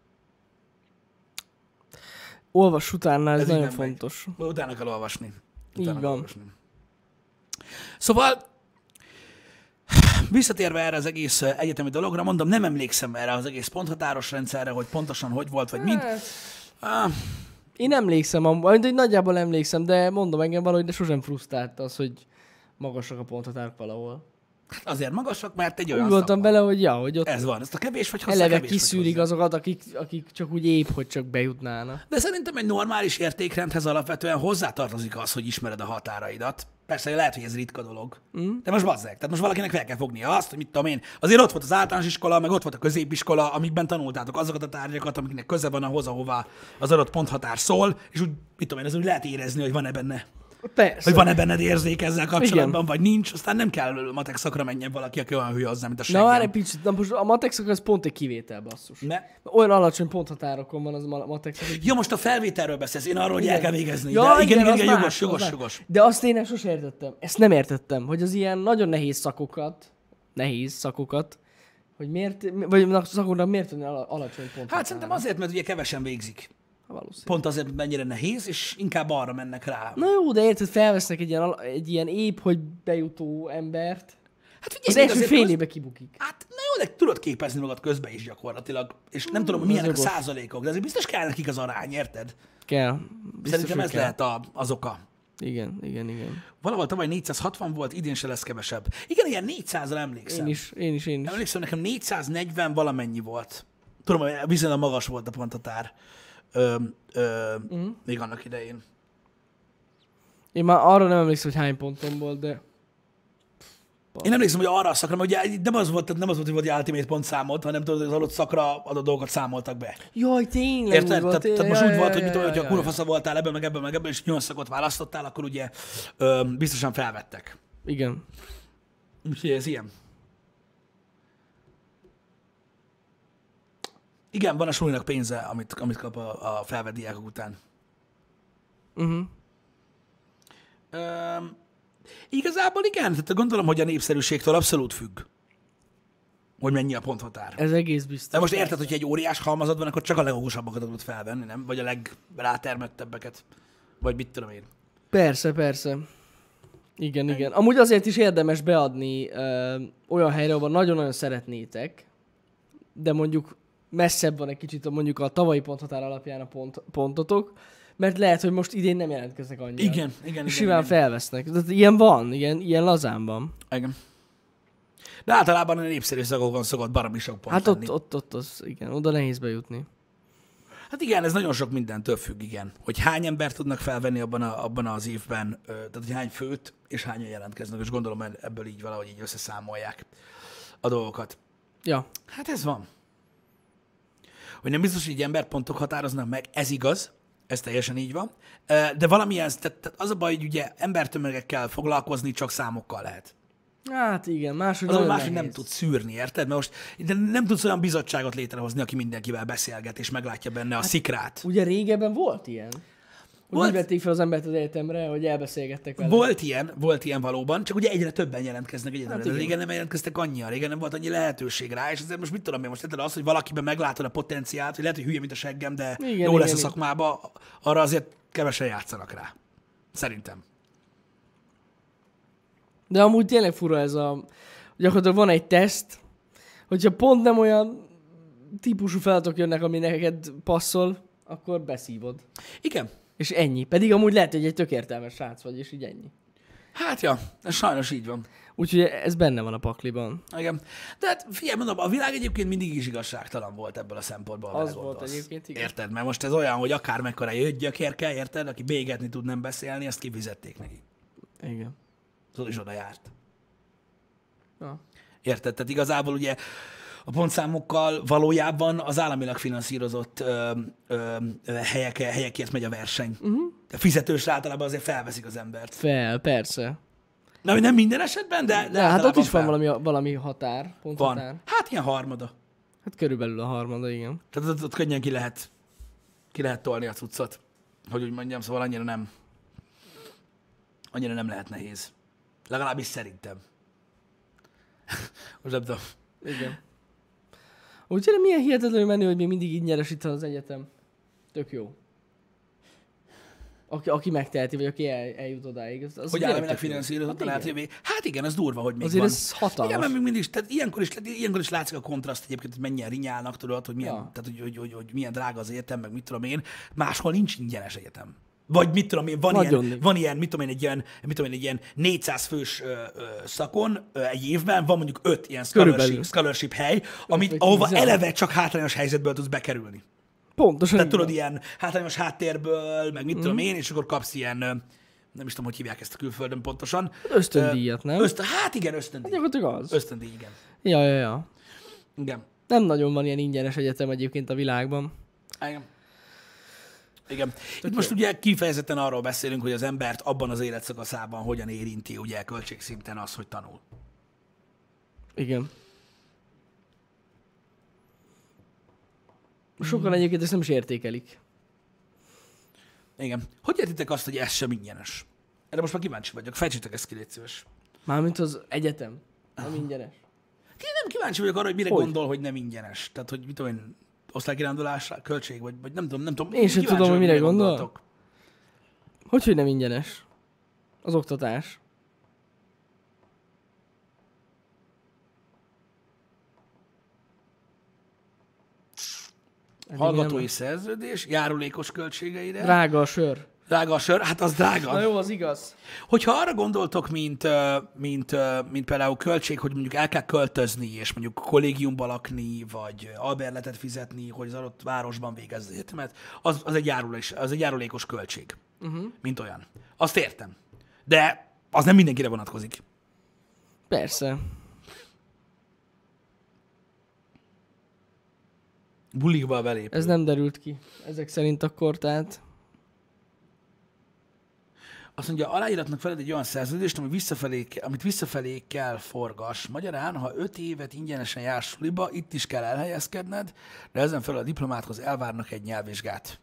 Olvas utána, ez nagyon így nem fontos. Utána kell olvasni. Így van. Szóval, visszatérve erre az egész egyetemi dologra, mondom, nem emlékszem erre az egész ponthatáros rendszerre, hogy pontosan hogy volt, vagy mind. Én emlékszem, majd nagyjából emlékszem, de mondom, engem valahogy de sosem frusztrált az, hogy magasak a ponthatárok valahol. Azért magasak, mert egy olyan Úgy voltam szakma. bele, hogy ja, hogy ott Ez van, ezt a kevés vagy hozzá, eleve kevés vagy kiszűrik hozzá. azokat, akik csak úgy épp, hogy csak bejutnának. De szerintem egy normális értékrendhez alapvetően hozzátartozik az, hogy ismered a határaidat. Persze lehet, hogy ez ritka dolog. De most bazzeg. Tehát most valakinek fel kell fognia azt, hogy mit tudom én. Azért ott volt az általános iskola, meg ott volt a középiskola, amikben tanultátok azokat a tárgyakat, amiknek köze van ahhoz, ahová az adott ponthatár szól, és úgy, mit tudom én, ez úgy lehet érezni, hogy van-e benne. Persze. Hogy van-e benned érzék ezzel kapcsolatban, igen. Vagy nincs, aztán nem kell matek szakra menjen valaki, aki olyan hülye hozzá, mint a seggem. Na már egy picit, na most a matek szak az pont egy kivétel, basszus. Ne? Olyan alacsony ponthatárokon van az a matek szak. Ja, most a felvételről beszélsz, én arról, hogy el kell végezni. Ja, de igen, az jogos. De azt én sosem értettem. Ezt nem értettem, hogy az ilyen nagyon nehéz szakokat, hogy miért, vagy a szakoknak miért olyan alacsony ponthatár. Hát szerintem azért, mert ugye kevesen végzik. Pont azért, mert mennyire nehéz, és inkább arra mennek rá. Na jó, de érted, felvesznek egy ilyen épp, hogy bejutó embert. Hát figyelj, Az első fél évbe kibukik. Hát na jó, de tudod képezni magad közben is gyakorlatilag. És nem tudom, hogy milyenek a százalékok, de azért biztos kell nekik az arány, érted? Kell. Biztos, Szerintem ez kell. lehet az oka. Igen. Valahol tavaly 460 volt, idén se lesz kevesebb. Igen, ilyen 400-ra emlékszem. Én is. Emlékszem, nekem 440 valamennyi volt. Tudom, hogy viszonylag magas volt a ponthatár. Még annak idején. Én már arra nem emlékszem, hogy hány pontom volt, de... Én emlékszem, hogy arra a szakra, mert ugye nem az volt, hogy volt egy ultimate pontszámot, hanem tudod, az adott szakra adott dolgokat számoltak be. Jaj, tényleg. Érted? Tehát most úgy volt, hogy mit tudom, hogyha kurva fasza voltál ebből, meg ebből, és 8 szakot választottál, akkor ugye biztosan felvettek. Igen. Úgyhogy ez ilyen. Igen, van a sulinak pénze, amit kap a felvett diákok után. Igazából igen, tehát gondolom, hogy a népszerűségtől abszolút függ, hogy mennyi a ponthatár. Ez egész biztos. De most érted, hogy egy óriás halmazod van, akkor csak a legokosabbakat tudod felvenni, nem? Vagy a legrátermettebbeket. Vagy mit tudom én. Persze. Igen. Amúgy azért is érdemes beadni olyan helyre, ahol nagyon-nagyon szeretnétek, de mondjuk messzebb van egy kicsit mondjuk a tavalyi ponthatár alapján a pontotok, mert lehet, hogy most idén nem jelentkeznek annyira. Igen. Simán felvesznek. De ilyen van, ilyen lazán van. Igen. De általában a népszerű szakokon szokott baromi sok pont Hát lenni. ott az, igen, oda nehéz bejutni. Hát igen, ez nagyon sok mindentől függ, igen. Hogy hány embert tudnak felvenni abban az évben, tehát hogy hány főt, és hányan jelentkeznek, és gondolom ebből így valahogy így összeszámolják a dolgokat. Ja. Hát ez van. Hogy nem biztos, hogy egy emberpontok határoznak meg, ez igaz, Ez teljesen így van. De valamilyen, tehát az a baj, hogy ugye embertömegekkel foglalkozni csak számokkal lehet. Hát igen, máshogy Az, hogy nagyon máshogy nem nehéz. tudsz szűrni, érted? Mert most de nem tudsz olyan bizottságot létrehozni, aki mindenkivel beszélget, és meglátja benne a szikrát. Ugye régebben volt ilyen? Hogy Volt. úgy vették fel az embert az egyetemre, hogy elbeszélgettek vele. Volt ilyen valóban, csak ugye egyre többen jelentkeznek egyetemre. Hát Hát igen. régen nem jelentkeztek annyian, régen nem volt annyi lehetőség rá, és azért most mit tudom én, most érted az, hogy valakiben meglátod a potenciált, hogy lehet, hogy hülye, mint a seggem, de Igen, jó lesz a igen. szakmába, arra azért kevesen játszanak rá. Szerintem. De amúgy tényleg fura ez a... Gyakorlatilag van egy teszt, hogyha pont nem olyan típusú feladatok jönnek, ami neked passzol, akkor beszívod. Igen. És ennyi. Pedig amúgy lehet, hogy egy tök értelmes srác vagy, és így ennyi. Hát ja, ez sajnos így van. Úgyhogy ez benne van a pakliban. Igen. De hát figyelj, mondom, a világ egyébként mindig is igazságtalan volt ebből a szempontból. ha Az belegondolsz. volt egyébként, igen. Érted? Mert most ez olyan, hogy akár mekkora gyökérke, érted? Aki bégetni tud, nem beszélni, azt kifizették neki. Igen. Tudod, is oda járt. Ja. Érted? Tehát igazából ugye a pontszámokkal valójában az államilag finanszírozott helyekért megy a verseny. De fizetősre általában azért felveszik az embert. Persze. Na, hogy nem minden esetben, de De hát ott általában is van fel. valami határ, ponthatár. Van. Hát ilyen harmada. Hát körülbelül a harmada, igen. Tehát ott könnyen ki lehet tolni a cuccot. Hogy úgy mondjam, szóval annyira nem lehet nehéz. Legalábbis szerintem. Most nem tudom. Igen. Úgyhogy milyen hihetetlenül menő, hogy még mindig ingyenes itt az egyetem. Tök jó. Aki megteheti, vagy aki eljut odáig. Az Hogy tényleg államilag tök jó. finanszírozott Hát a igen. LTV. Hát igen, ez durva, hogy még Azért van. ez hatalmas. Igen, mert még mindig is, tehát ilyenkor is látszik a kontraszt egyébként, hogy mennyien rinyálnak, tudod, hogy milyen, Ja. tehát, hogy milyen drága az egyetem, meg mit tudom én. Máshol nincs ingyenes egyetem. Vagy mit tudom én, Nagyon van ilyen, mit tudom én, egy ilyen 400 fős szakon egy évben, van mondjuk 5 ilyen Körülbelül. scholarship hely, vagy ahova 10. eleve csak hátrányos helyzetből tudsz bekerülni. Pontosan. Tehát így tudod, van. ilyen hátrányos háttérből, meg mit tudom én, és akkor kapsz ilyen, nem is tudom, hogy hívják ezt a külföldön pontosan. Ösztöndíjat, nem? Hát igen, ösztöndíj. Gyakorlatilag az. Ösztöndíj, igen. Ja. Igen. Nem nagyon van ilyen ingyenes egyetem egyébként a világban. Igen. Igen. Itt most ugye kifejezetten arról beszélünk, hogy az embert abban az életszakaszában hogyan érinti ugye költségszinten az, hogy tanul. Igen. Sokan egyébként ezt nem is értékelik. Igen. Hogy értitek azt, hogy ez sem ingyenes? Erre most már kíváncsi vagyok. Fejtsétek ezt ki, légy szíves. Mármint az egyetem. Nem ingyenes. Én nem kíváncsi vagyok arra, hogy mire Hogy? gondol, hogy nem ingyenes. Tehát, hogy mit tudom én, osztálykirándulásra, költség, vagy nem tudom. Én sem Kíváncsi tudom, hogy vagyok, mire gondol. gondoltok. Hogy nem ingyenes? Az oktatás. Eddig Hallgatói nem- szerződés, járulékos költségeire. Drága a sör. Drága a sör, hát az drága. Na jó, az igaz. Hogyha arra gondoltok, mint például költség, hogy mondjuk el kell költözni, és mondjuk kollégiumban lakni, vagy albérletet fizetni, hogy az adott városban végezz az egyetemet, az egy járulékos költség, mint olyan. Azt értem. De az nem mindenkire vonatkozik. Persze. Bulikba belépő. Ez nem derült ki. Ezek szerint akkor, tehát... Azt mondja, aláíratnak veled egy olyan szerződést, amit visszafelé kell forgass. Magyarán, ha 5 évet ingyenesen jársz suliba, itt is kell elhelyezkedned, de ezen felül a diplomáthoz elvárnak egy nyelvvizsgát.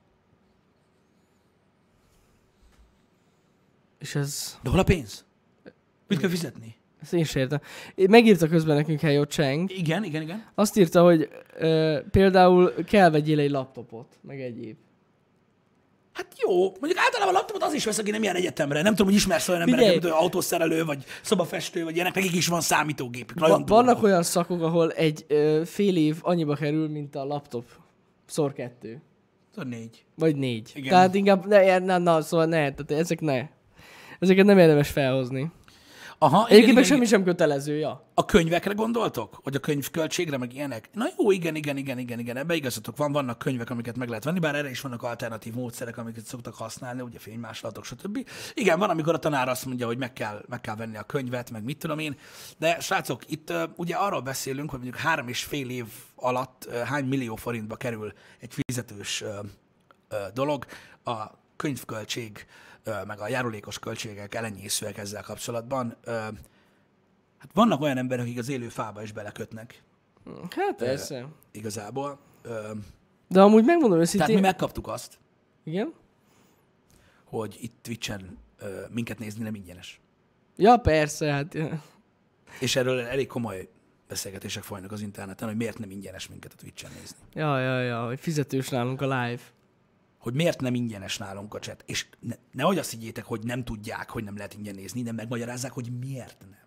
És ez... De hol a pénz? Mit kell fizetni? Ezt én sem értem. Megírta közben nekünk Helyo Cheng. Igen. Azt írta, hogy például kell vegyél egy laptopot, meg egyéb. Hát jó, mondjuk általában a laptopot az is vesz, aki nem ilyen egyetemre. Nem tudom, hogy ismersz olyan embereket, Figyelj! mint autószerelő, vagy szobafestő, vagy ilyenek, nekik is van számítógépük. Nagyon Vannak durva. olyan szakok, ahol egy fél év annyiba kerül, mint a laptop. Szor 2. Tudod, 4. Vagy 4. Igen. Tehát inkább, szóval ne, tehát ezeket nem érdemes felhozni. Aha, Egyébként igen. semmi sem kötelező, ja. A könyvekre gondoltok? Vagy a könyvköltségre, meg ilyenek? Na jó, igen. Ebbe igazatok van, vannak könyvek, amiket meg lehet venni, bár erre is vannak alternatív módszerek, amiket szoktak használni, ugye fénymásolatok, stb. Igen, van, amikor a tanár azt mondja, hogy meg kell venni a könyvet, meg mit tudom én. De srácok, itt ugye arról beszélünk, hogy mondjuk 3,5 év alatt hány millió forintba kerül egy fizetős dolog. A könyvköltség, meg a járulékos költségek elenyészőek ezzel kapcsolatban. Hát vannak olyan emberek, akik az élő fába is belekötnek. Hát persze. Igazából. De amúgy megmondom Tehát őszintén... mi megkaptuk azt, Igen? hogy itt Twitch-en minket nézni nem ingyenes. Ja, persze, hát... És erről elég komoly beszélgetések folynak az interneten, hogy miért nem ingyenes minket a Twitch-en nézni. Ja, hogy fizetős nálunk a live. Hogy miért nem ingyenes nálunk a chat. És nehogy azt higgyétek, hogy nem tudják, hogy nem lehet ingyen nézni, de megmagyarázzák, hogy miért nem.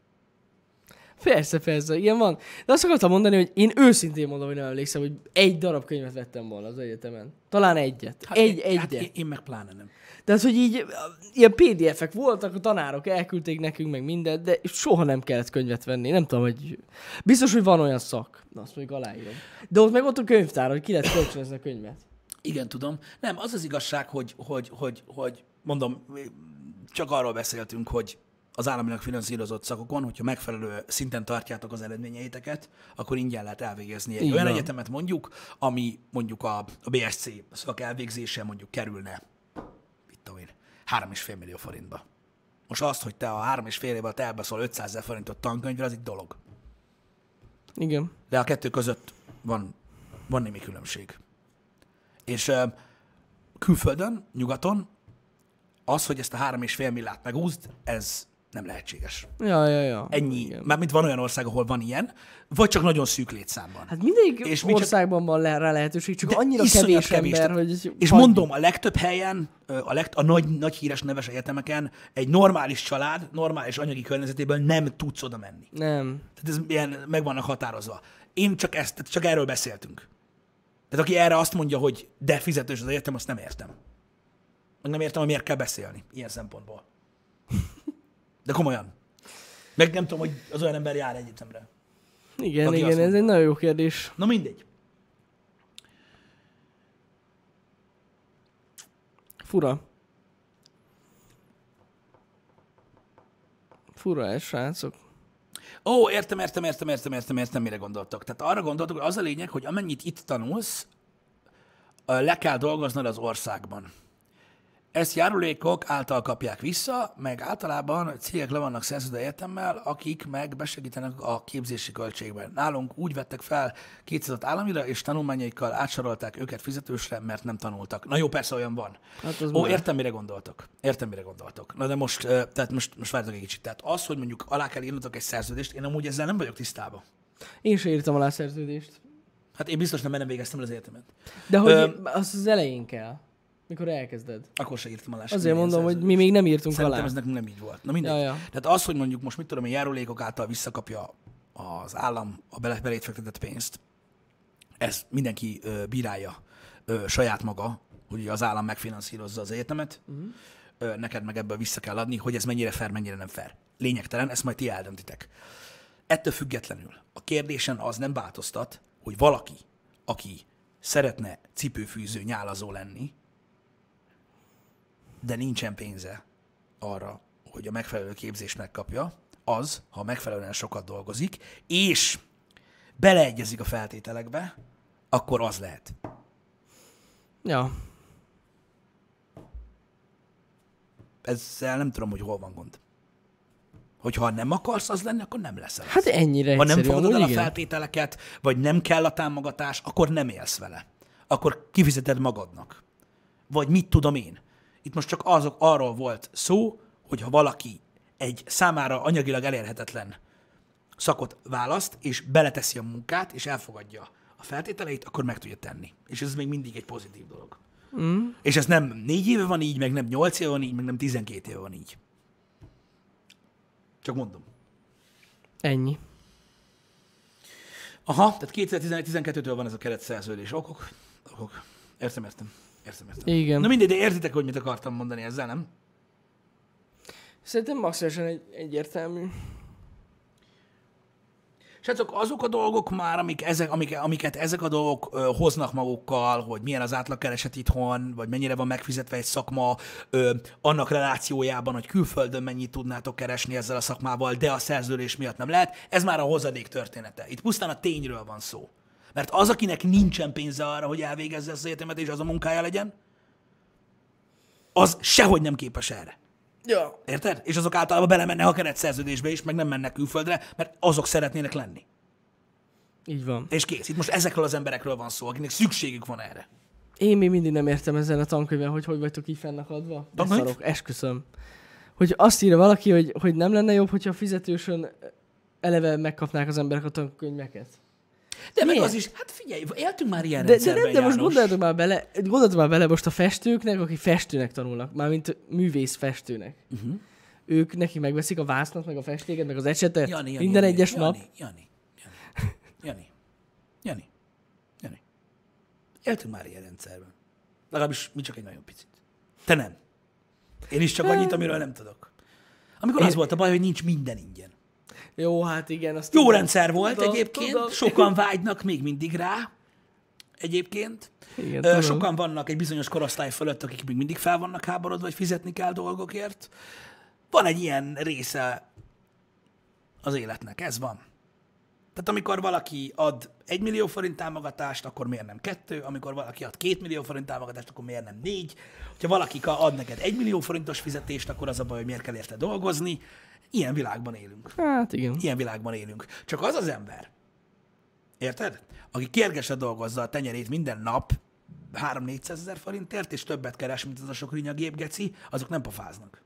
Persze, ilyen van. De azt akartam mondani, hogy én őszintén mondom, hogy nem emlékszem, hogy egy darab könyvet vettem volna az egyetemen. Talán egyet. Hát egyet. Én meg pláne nem. Tehát, hogy így ilyen PDF-ek voltak, a tanárok elküldték nekünk meg mindent, de soha nem kellett könyvet venni. Nem tudom, hogy... Biztos, hogy van olyan szak. Na, azt mondjuk aláírom. De ott meg ott a könyvtár, hogy ki lehet kölcsönözni a könyvet. Igen, tudom. Nem, az az igazság, hogy mondom, csak arról beszéltünk, hogy az államilag finanszírozott szakokon, hogyha megfelelő szinten tartjátok az eredményeiteket, akkor ingyen lehet elvégezni egy olyan egyetemet mondjuk, ami mondjuk a BSc szak elvégzése mondjuk kerülne, mit tudom én, 3,5 millió forintba. Most azt, hogy te a 3,5 évvel te elbeszol 500 000 forintot tankönyvre, az egy dolog. Igen. De a kettő között van némi különbség. És külföldön, nyugaton, az, hogy ezt a 3,5 milliárd megúzd, ez nem lehetséges. Ja. Ennyi. Mármint van olyan ország, ahol van ilyen, vagy csak nagyon szűk létszámban. Hát mindegyik országban van rá lehetőség, csak annyira kevés ember, hogy... És mondom, a legtöbb helyen, a nagy híres neves egyetemeken egy normális család, normális anyagi környezetében nem tudsz oda menni. Nem. Tehát ez ilyen meg vannak határozva. Én csak erről beszéltünk. Tehát aki erre azt mondja, hogy de fizetős az egyetem, azt nem értem. Meg nem értem, hogy miért kell beszélni ilyen szempontból. De komolyan. Meg nem tudom, hogy az olyan ember jár egyetemre. Igen, ez egy nagyon jó kérdés. Na mindegy. Fura ez, srácok. Ó, értem, mire gondoltok. Tehát arra gondoltok, hogy az a lényeg, hogy amennyit itt tanulsz, le kell dolgoznod az országban. Ezt járulékok által kapják vissza, meg általában cégek le vannak szerződve egyetemmel, akik meg besegítenek a képzési költségben. Nálunk úgy vettek fel 200 államira, és tanulmányaikkal átsorolták őket fizetősre, mert nem tanultak. Na jó, persze olyan van. Hát értem, mire gondoltok. Na de most várjatok egy kicsit. Tehát az, hogy mondjuk alá kell írnotok egy szerződést, én amúgy ezzel nem vagyok tisztában. Én sem írtam alá szerződést. Hát én biztos nem végeztem el az egyetemet. De hogy az elején kell. Mikor elkezded. Akkor se írtam alá. Azért mondom, hogy mi még nem írtunk Szerintem alá. ez nekünk nem így volt. Na mindegy. Ja. Tehát az, hogy mondjuk most mit tudom, a járulékok által visszakapja az állam a belét fektetett pénzt, ez mindenki bírálja saját maga, hogy az állam megfinanszírozza az egyetemet, neked meg ebből vissza kell adni, hogy ez mennyire fair, mennyire nem fair. Lényegtelen, ezt majd ti eldöntitek. Ettől függetlenül a kérdésen az nem változtat, hogy valaki, aki szeretne cipőfűző nyálazó lenni, de nincsen pénze arra, hogy a megfelelő képzést megkapja, az, ha megfelelően sokat dolgozik, és beleegyezik a feltételekbe, akkor az lehet. Ja. Ezzel nem tudom, hogy hol van gond. Hogyha nem akarsz az lenni, akkor nem leszel. Hát ennyire egyszerű. Ha nem fogadod el a igen. feltételeket, vagy nem kell a támogatás, akkor nem élsz vele. Akkor kifizeted magadnak. Vagy mit tudom én. Itt most csak arról volt szó, hogy ha valaki egy számára anyagilag elérhetetlen szakot választ, és beleteszi a munkát, és elfogadja a feltételeit, akkor meg tudja tenni. És ez még mindig egy pozitív dolog. És ez nem 4 éve van így, meg nem 8 éve van így, meg nem 12 éve van így. Csak mondom. Ennyi. Aha, tehát 2011-12-től van ez a keretszerződés. Okok. Értem. Igen. Na mindegy, de értitek, hogy mit akartam mondani ezzel, nem? Szerintem maximálisan egyértelmű. Srácok, azok a dolgok már, amiket ezek a dolgok hoznak magukkal, hogy milyen az átlagkereset itthon, vagy mennyire van megfizetve egy szakma, annak relációjában, hogy külföldön mennyit tudnátok keresni ezzel a szakmával, de a szerződés miatt nem lehet, ez már a hozadék története. Itt pusztán a tényről van szó. Mert az, akinek nincsen pénze arra, hogy elvégezze az egyetemet, és az a munkája legyen, az sehogy nem képes erre. Ja. Érted? És azok általában belemennek a keretszerződésbe is, meg nem mennek külföldre, mert azok szeretnének lenni. Így van. És kész. Itt most ezekről az emberekről van szó, akiknek szükségük van erre. Én még mindig nem értem ezen a tankönyvben, hogy vagytok így fennakadva. Tankönyv? Beszarok, esküszöm. Hogy azt írja valaki, hogy nem lenne jobb, hogyha fizetősön eleve megkapnák az emberek a tankönyveket. De meg Miért? az is, hát figyelj, éltünk már ilyen De rendszerben, nem, de most János. gondoljatok már bele most a festőknek, akik festőnek tanulnak, mármint művész festőnek. Ők neki megveszik a vásznat, meg a festéket, meg az ecsetet minden egyes nap. Jani. Éltünk már ilyen rendszerben. Legalábbis mi csak egy nagyon picit. Te nem. Én is csak annyit, amiről nem tudok. Amikor az volt a baj, hogy nincs minden ingyen. Jó, hát igen. Azt Jó tudom. rendszer volt Tudom, egyébként, tudom. sokan vágynak még mindig rá egyébként. Igen, tudom. Sokan vannak egy bizonyos korosztály fölött, akik még mindig fel vannak háborodva, hogy fizetni kell dolgokért. Van egy ilyen része az életnek, ez van. Tehát amikor valaki ad 1 millió forint támogatást, akkor miért nem 2? Amikor valaki ad 2 millió forint támogatást, akkor miért nem 4? Ha valaki ad neked 1 millió forintos fizetést, akkor az a baj, hogy miért kell érte dolgozni. Ilyen világban élünk. Hát igen. Ilyen világban élünk. Csak az az ember, érted? Aki kérgesen dolgozza a tenyerét minden nap 3-400 ezer forintért, és többet keres, mint az a sok rinyagép geci, azok nem pofáznak.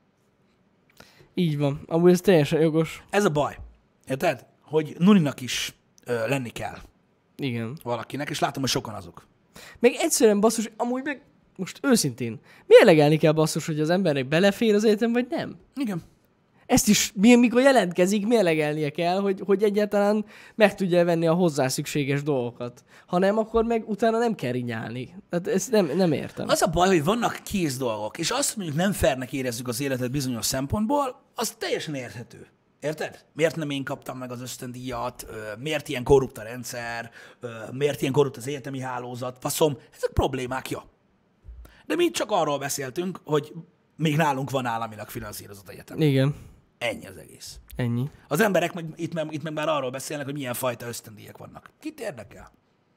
Így van. Amúgy ez teljesen jogos. Ez a baj. Érted? Hogy nuninak is lenni kell Igen. valakinek, és látom, hogy sokan azok. Meg egyszerűen basszus, amúgy meg most őszintén, mérlegelni kell basszus, hogy az embernek belefér az egyetem, vagy nem? Igen. Ezt is, mikor jelentkezik, mérlegelnie kell, hogy egyáltalán meg tudja venni a hozzá szükséges dolgokat. Ha nem, akkor meg utána nem kell rinyálni. Tehát ezt nem értem. Az a baj, hogy vannak kész dolgok, és azt mondjuk nem fairnek érezzük az életet bizonyos szempontból, az teljesen érthető. Érted? Miért nem én kaptam meg az ösztöndíjat, miért ilyen korrupt a rendszer, miért ilyen korrupt az egyetemi hálózat, faszom, ezek problémák, ja. De mi csak arról beszéltünk, hogy még nálunk van államilag finanszírozott egyetem. Igen. Ennyi az egész. Ennyi. Az emberek meg, itt meg már arról beszélnek, hogy milyen fajta ösztöndíjak vannak. Kit érdekel?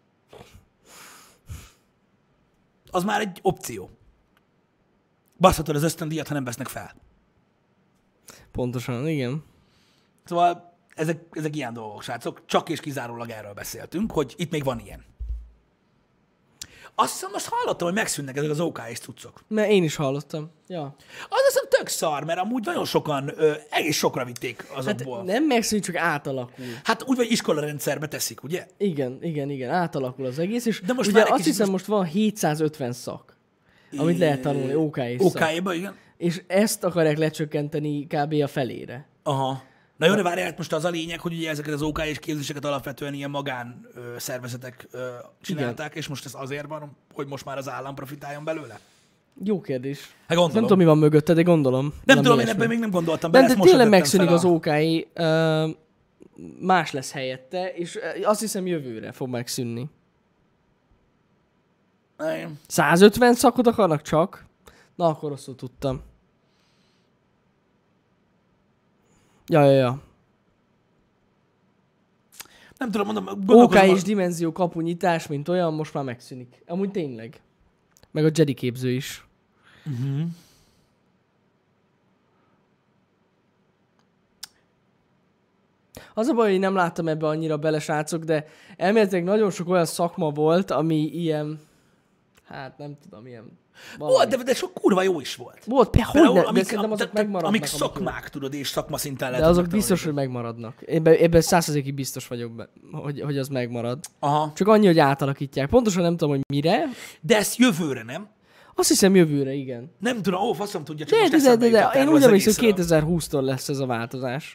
Az már egy opció. Baszhatod az ösztöndíjat, ha nem vesznek fel. Pontosan, igen. Szóval ezek ilyen dolgok, srácok. Csak és kizárólag erről beszéltünk, hogy itt még van ilyen. Azt hiszem, most hallottam, hogy megszűnnek ezek az OK-s cuccok. Mert én is hallottam. Ja. Az hiszem tök szar, mert amúgy nagyon sokan egész sokra vitték azokból. Hát nem megszűnik, csak átalakul. Hát úgy, vagy iskolarendszerbe teszik, ugye? Igen, átalakul az egész, és De most ugye már egy azt kicsit hiszem most van 750 szak, amit lehet tanulni, OK-s szak. OK-ba, igen. És ezt akarják lecsökkenteni kb. A felére. Aha. Na jó, de várjál, most az a lényeg, hogy ugye ezeket az OK-s képzéseket alapvetően ilyen magán szervezetek csinálták, és most ez azért van, hogy most már az állam profitáljon belőle? Jó kérdés. Hát Nem gondolom. tudom, mi van mögötte, de gondolom. Nem tudom, én ilyesmi. ebben még nem gondoltam bele, De ezt most tényleg ötöttem megszűnik fel az OK-i, más lesz helyette, és azt hiszem jövőre fog megszűnni. Igen. 150 szakot akarnak csak? Na, akkor rosszul tudtam. Ja. Nem tudom, mondom, OK gondolkozom. és dimenzió kapunyítás, mint olyan, most már megszűnik. Amúgy tényleg. Meg a Jedi képző is. Az a baj, hogy nem láttam ebbe annyira bele, srácok, de elméletileg nagyon sok olyan szakma volt, ami ilyen... Hát nem tudom, ilyen... Volt, de sok kurva jó is volt. Volt, Például, hogy de szerintem azok megmaradnak. amik amik szakmák, tudod, és szakmaszinten jó. lehet. De azok biztos, hogy megmaradnak. Ebben 100%-ig biztos vagyok, hogy az megmarad. Aha. Csak annyi, hogy átalakítják. Pontosan nem tudom, hogy mire. De ezt jövőre, nem? Azt hiszem jövőre, igen. Nem tudom, faszom tudja, csak most De eszembe jutott én erről úgy az emlékszem, hogy egészről. 2020-tól lesz ez a változás.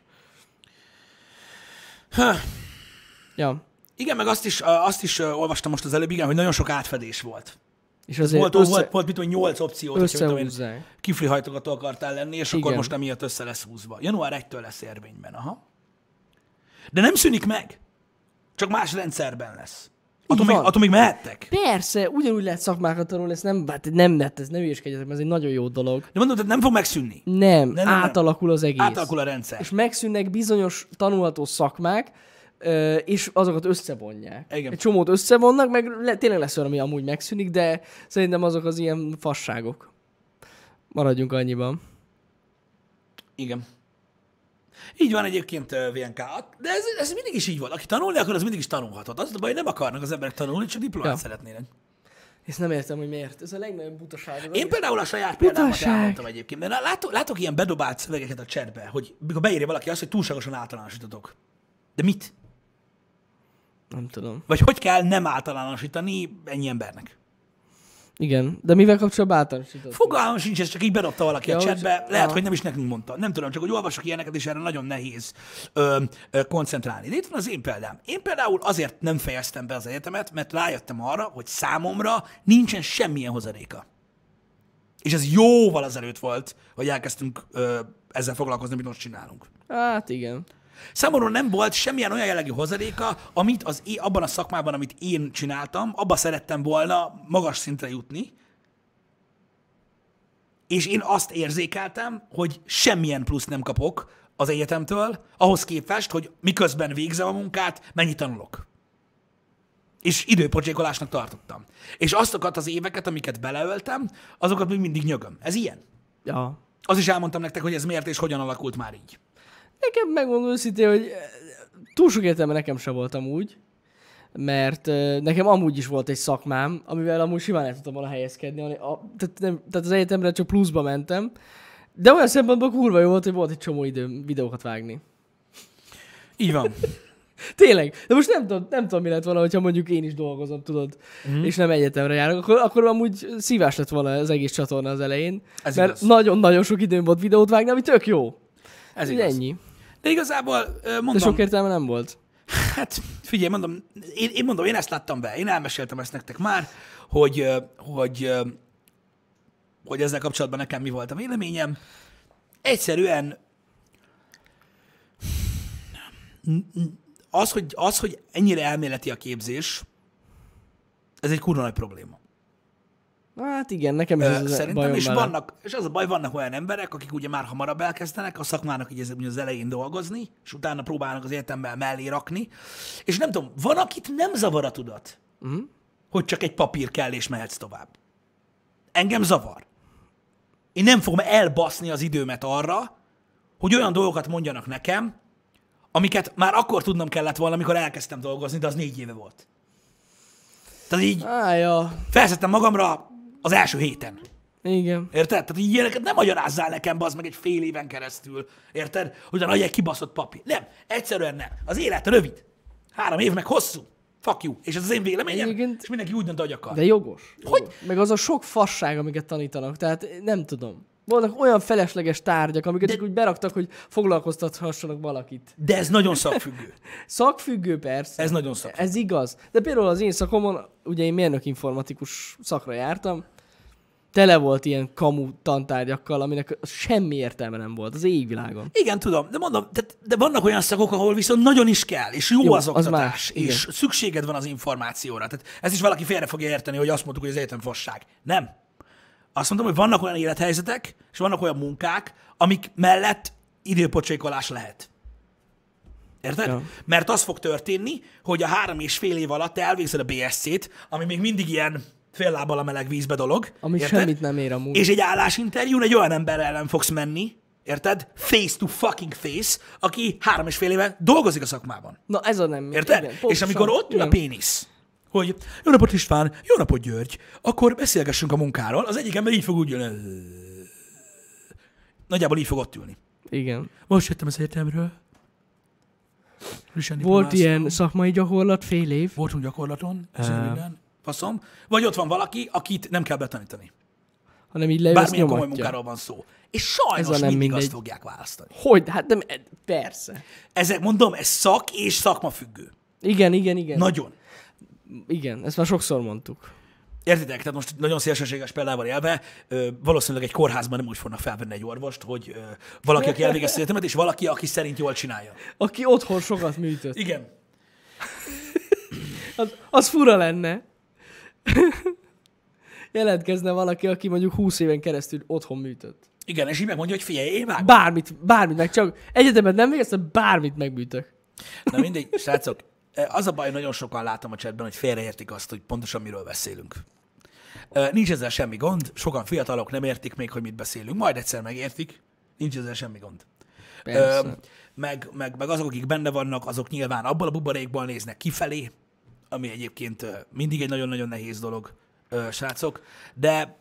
Ha. Ja. Igen, meg azt is olvastam most az előbb, igen, hogy nagyon sok átfedés volt. És azért Volt mit tudom, 8 opciót, hogyha mit tudom én, összehúzzák. kiflihajtogató akartál lenni, és akkor Igen. most emiatt össze lesz húzva. Január 1-től lesz érvényben, aha. De nem szűnik meg. Csak más rendszerben lesz. Attól még mehettek. Persze, ugyanúgy lehet szakmákat tanulni, ez nem lett, ez ne hülyeskedjetek, mert ez egy nagyon jó dolog. De mondom, tehát nem fog megszűnni. Nem, átalakul az egész. Átalakul a rendszer. És megszűnnek bizonyos tanulható szakmák, és azokat összevonják. Igen. Egy csomót összevonnak, meg tényleg lesz olyan, ami amúgy megszűnik, de szerintem azok az ilyen fasságok. Maradjunk annyiban. Igen. Így van egyébként VNK. De ez mindig is így volt. Aki tanulni akar, az mindig is tanulhatott. Az a baj, nem akarnak az emberek tanulni, csak diplomát szeretnének. Ezt nem értem, hogy miért. Ez a legnagyobb butaság. Én például a saját példámat elmondtam egyébként. Mert látok ilyen bedobált szövegeket a chatbe, hogy mikor beírja valaki azt, hogy túlságosan általánosítotok. De mit? Nem tudom. Vagy hogy kell nem általánosítani ennyi embernek? Igen, de mivel kapcsolatban általánosított? Fogalmam sincs, ez csak így bedobta valaki a chatbe. hogy... Lehet, hogy nem is nekünk mondta. Nem tudom, csak hogy olvasok ilyeneket, és erre nagyon nehéz koncentrálni. De itt van az én példám. Én például azért nem fejeztem be az egyetemet, mert rájöttem arra, hogy számomra nincsen semmilyen hozadéka. És ez jóval azelőtt volt, hogy elkezdtünk ezzel foglalkozni, amit most csinálunk. Hát igen. Számomra nem volt semmilyen olyan jellegű hozadéka, amit abban a szakmában, amit én csináltam, abba szerettem volna magas szintre jutni, és én azt érzékeltem, hogy semmilyen plusz nem kapok az egyetemtől, ahhoz képest, hogy miközben végzem a munkát, mennyit tanulok. És időpocsékolásnak tartottam. És azokat az éveket, amiket beleöltem, azokat még mindig nyögöm. Ez ilyen. Ja. Az is elmondtam nektek, hogy ez miért és hogyan alakult már így. Nekem megmondom őszintén, hogy túl sok értelme nekem sem voltam úgy, mert nekem amúgy is volt egy szakmám, amivel amúgy simán el tudtam volna helyezkedni. Tehát az egyetemre csak pluszba mentem, de olyan szempontból kurva jó volt, hogy volt egy csomó időm videókat vágni. Így van. Tényleg. De most nem tudom, mi lett volna, hogyha mondjuk én is dolgozom, tudod, és nem egyetemre járok, akkor amúgy szívás lett volna az egész csatorna az elején, ez mert nagyon-nagyon sok időm volt videót vágni, ami tök jó. Ez igaz. Ennyi. De igazából mondom... De sok értelme nem volt. Hát figyelj, mondom, én ezt láttam be, én elmeséltem ezt nektek már, hogy ezzel kapcsolatban nekem mi volt a véleményem. Egyszerűen az, hogy ennyire elméleti a képzés, ez egy kurva nagy probléma. Hát igen, nekem is ez szerintem, bajom és, vele. és az a baj, vannak olyan emberek, akik ugye már hamarabb elkezdenek a szakmának így az elején dolgozni, és utána próbálnak az életemmel mellé rakni, és nem tudom, van, akit nem zavar a tudat, hogy csak egy papír kell, és mehetsz tovább. Engem zavar. Én nem fogom elbaszni az időmet arra, hogy olyan dolgokat mondjanak nekem, amiket már akkor tudnom kellett volna, amikor elkezdtem dolgozni, de az 4 éve volt. Tehát így felszedtem magamra az első héten. Igen. Érted? Tehát így ilyeneket nem magyarázzál nekem, bazd meg egy fél éven keresztül. Érted? Hogy a nagy egy kibaszott papír. Nem. Egyszerűen nem. Az élet rövid. 3 év meg hosszú. Fuck you. És ez az én véleményem, Igen. és mindenki úgy dönt, ahogy akar. De jogos. Hogy? Meg az a sok fasság, amiket tanítanak. Tehát nem tudom. Vannak olyan felesleges tárgyak, amiket csak úgy beraktak, hogy foglalkoztathassanak valakit. De ez nagyon szakfüggő. Szakfüggő, persze. Ez nagyon szakfüggő. Ez igaz. De például az én szakomon, ugye én mérnök informatikus szakra jártam, tele volt ilyen kamu tantárgyakkal, aminek semmi értelme nem volt az égvilágon. Igen, tudom, de mondom, de vannak olyan szakok, ahol viszont nagyon is kell, és jó az oktatás, más, és igen. szükséged van az információra. Tehát ezt is valaki félre fogja érteni, hogy azt mondtuk, hogy az egyetem fasság. Nem. Azt mondom, hogy vannak olyan élethelyzetek, és vannak olyan munkák, amik mellett időpocsékolás lehet. Érted? Ja. Mert az fog történni, hogy a 3,5 év alatt te elvégzed a BSC-t, ami még mindig ilyen fél lábbal a meleg vízbe dolog. Ami érted? semmit nem ér amúgy. És egy állásinterjún egy olyan ember ellen fogsz menni, érted? Face to fucking face, aki 3,5 éve dolgozik a szakmában. Na ez a nem. Érted? Igen, és pontosan. amikor ott ül a pénisz, hogy jó napot István, jó napot György, akkor beszélgessünk a munkáról, az egyik ember így fog úgy jönni. Nagyjából így fog ott ülni. Igen. Most jöttem az egyetemről. Volt ilyen szakmai gyakorlat fél év. Voltunk gyakorlaton, ez minden. Faszom. Vagy ott van valaki, akit nem kell betanítani. Hanem így leülsz, Bármilyen komoly nyomatja. munkáról van szó. És sajnos nem mindig mindegy. azt fogják választani. Hogy? Hát nem, persze. Ezek mondom, ez szak és szakmafüggő. Igen. Nagyon. Igen, ezt már sokszor mondtuk. Értitek? Tehát most nagyon szélsőséges példával élve, valószínűleg egy kórházban nem úgy fognak felvenni egy orvost, hogy valaki, aki elvégezte egyetemet, és valaki, aki szerint jól csinálja. Aki otthon sokat műtött. Igen. Az fura lenne. Jelentkezne valaki, aki mondjuk 20 éven keresztül otthon műtött. Igen, és így megmondja, hogy figyelj, én vágom. Bármit meg, csak egyetemet nem végeztem, bármit megműtök. Na mindegy, srácok, az a baj, nagyon sokan látom a chatben, hogy félreértik azt, hogy pontosan miről beszélünk. Nincs ezzel semmi gond, sokan fiatalok nem értik még, hogy mit beszélünk, majd egyszer megértik, nincs ezzel semmi gond. Meg azok, akik benne vannak, azok nyilván abból a buborékból néznek kifelé, ami egyébként mindig egy nagyon-nagyon nehéz dolog, srácok, de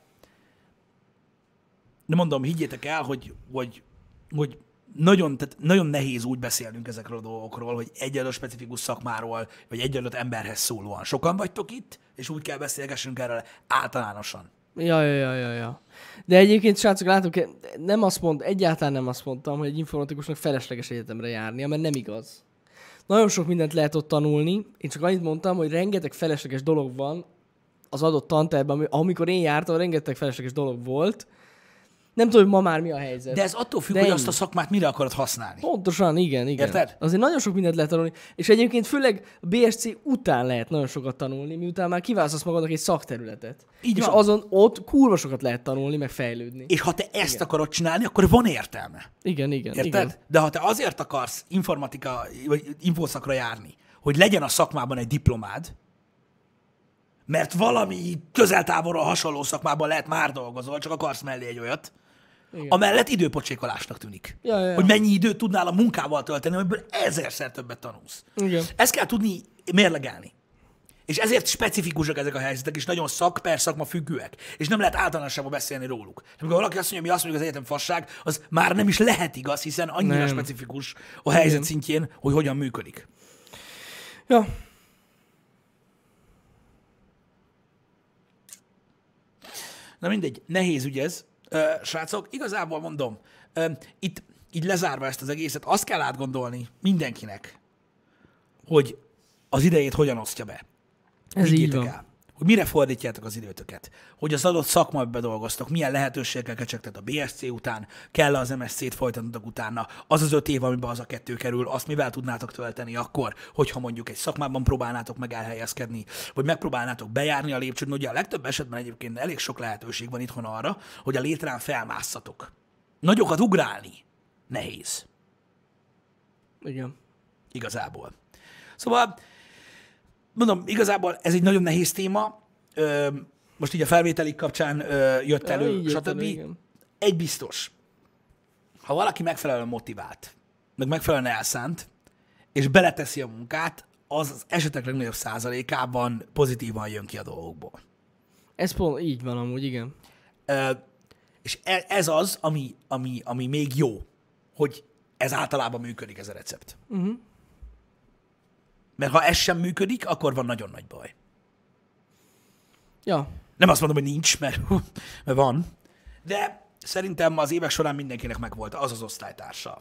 mondom, higgyétek el, hogy tehát nagyon nehéz úgy beszélnünk ezekről a dolgokról, hogy egy adott specifikus szakmáról, vagy egy adott emberhez szólóan. Sokan vagytok itt, és úgy kell beszélgessünk erről általánosan. Ja. De egyébként, srácok, látok, egyáltalán nem azt mondtam, hogy egy informatikusnak felesleges egyetemre járnia, mert nem igaz. Nagyon sok mindent lehet ott tanulni, én csak annyit mondtam, hogy rengeteg felesleges dolog van az adott tantervben, amikor én jártam, rengeteg felesleges dolog volt. Nem tudom, hogy ma már mi a helyzet. De ez attól függ, hogy azt a szakmát mire akarod használni. Pontosan, igen. Érted? Azért nagyon sok mindent lehet tanulni. És egyébként főleg a BSC után lehet nagyon sokat tanulni, miután már kiválasztasz magadnak egy szakterületet. Így és van. azon ott kurva sokat lehet tanulni, meg fejlődni. És ha te ezt akarod csinálni, akkor van értelme. Igen. Érted? Igen. De ha te azért akarsz informatika vagy infoszakra járni, hogy legyen a szakmában egy diplomád, mert valami közel-távolra hasonló szakmában lehet már dolgozol, csak akarsz mellé egy olyat, igen. Amellett időpocsékolásnak tűnik. Ja. Hogy mennyi időt tudnál a munkával tölteni, amiből 1000-szer többet tanulsz. Igen. Ezt kell tudni mérlegelni. És ezért specifikusak ezek a helyzetek, és nagyon per szakma függőek. És nem lehet általánosságban beszélni róluk. De amikor valaki azt mondja, hogy az egyetem fasság, az már nem is lehet igaz, hiszen annyira specifikus a helyzet szintjén, hogy hogyan működik. Ja. Na mindegy, nehéz ügy ez. Srácok, igazából mondom, itt így lezárva ezt az egészet, azt kell átgondolni mindenkinek, hogy az idejét hogyan osztja be. Ez így van. El, hogy mire fordítjátok az időtöket, hogy az adott szakmát bedolgoztok, milyen lehetőségekkel kecsegtek a BSC után, kell az MSC-t folytatnotok utána, az az 5 év, amiben az a 2 kerül, azt mivel tudnátok tölteni akkor, hogyha mondjuk egy szakmában próbálnátok meg elhelyezkedni, vagy megpróbálnátok bejárni a lépcsőn. Ugye a legtöbb esetben egyébként elég sok lehetőség van itthon arra, hogy a létrán felmásszatok. Nagyokat ugrálni nehéz. Igen. Igazából. Szóval mondom, igazából ez egy nagyon nehéz téma. Most így a felvételik kapcsán jött elő, stb. Egy biztos. Ha valaki megfelelően motivált, meg megfelelően elszánt, és beleteszi a munkát, az esetek legnagyobb százalékában pozitívan jön ki a dolgokból. Ez pont így van amúgy, igen. És ez az, ami még jó, hogy ez általában működik, ez a recept. Uh-huh. Mert ha ez sem működik, akkor van nagyon nagy baj. Ja. Nem azt mondom, hogy nincs, mert van, de szerintem az évek során mindenkinek megvolt az osztálytársa,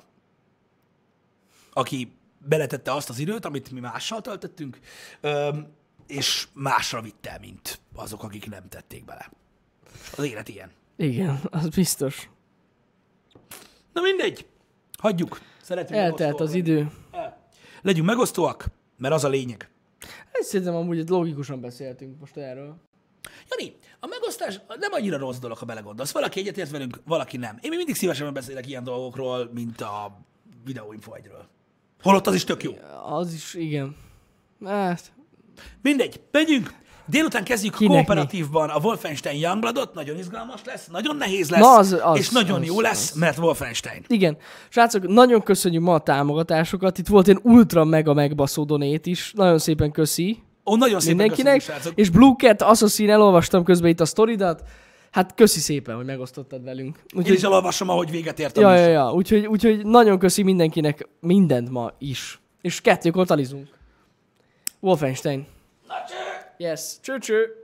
aki beletette azt az időt, amit mi mással töltöttünk, és másra vitte, mint azok, akik nem tették bele. Az élet ilyen. Igen, az biztos. Na mindegy, hagyjuk. Eltelt az idő. Legyünk megosztóak, mert az a lényeg. Ezt szerintem amúgy logikusan beszéltünk most erről. Jani, a megosztás nem annyira rossz dolog, ha belegondolsz. Valaki egyetért velünk, valaki nem. Én még mindig szívesen beszélek ilyen dolgokról, mint a videóinfo egyről. Holott az is tök jó. Az is, igen. Hát. Mindegy, menjünk. Délután kezdjük kooperatívban a Wolfenstein Youngbloodot, nagyon izgalmas lesz, nagyon nehéz lesz, és nagyon jó lesz, mert Wolfenstein. Igen. Srácok, nagyon köszönjük ma a támogatásokat. Itt volt egy ultra mega megbaszó donét is. Nagyon szépen köszi. Nagyon szépen mindenkinek. Köszönjük, és Blue Cat Assassin, elolvastam közben itt a sztoridat. Hát köszi szépen, hogy megosztottad velünk. Úgyhogy... Én is elolvasom, ahogy véget értem. Ja. Úgyhogy nagyon köszi mindenkinek mindent ma is. És 2-kor talizunk. Wolfenstein. Na cső! Yes. Cső.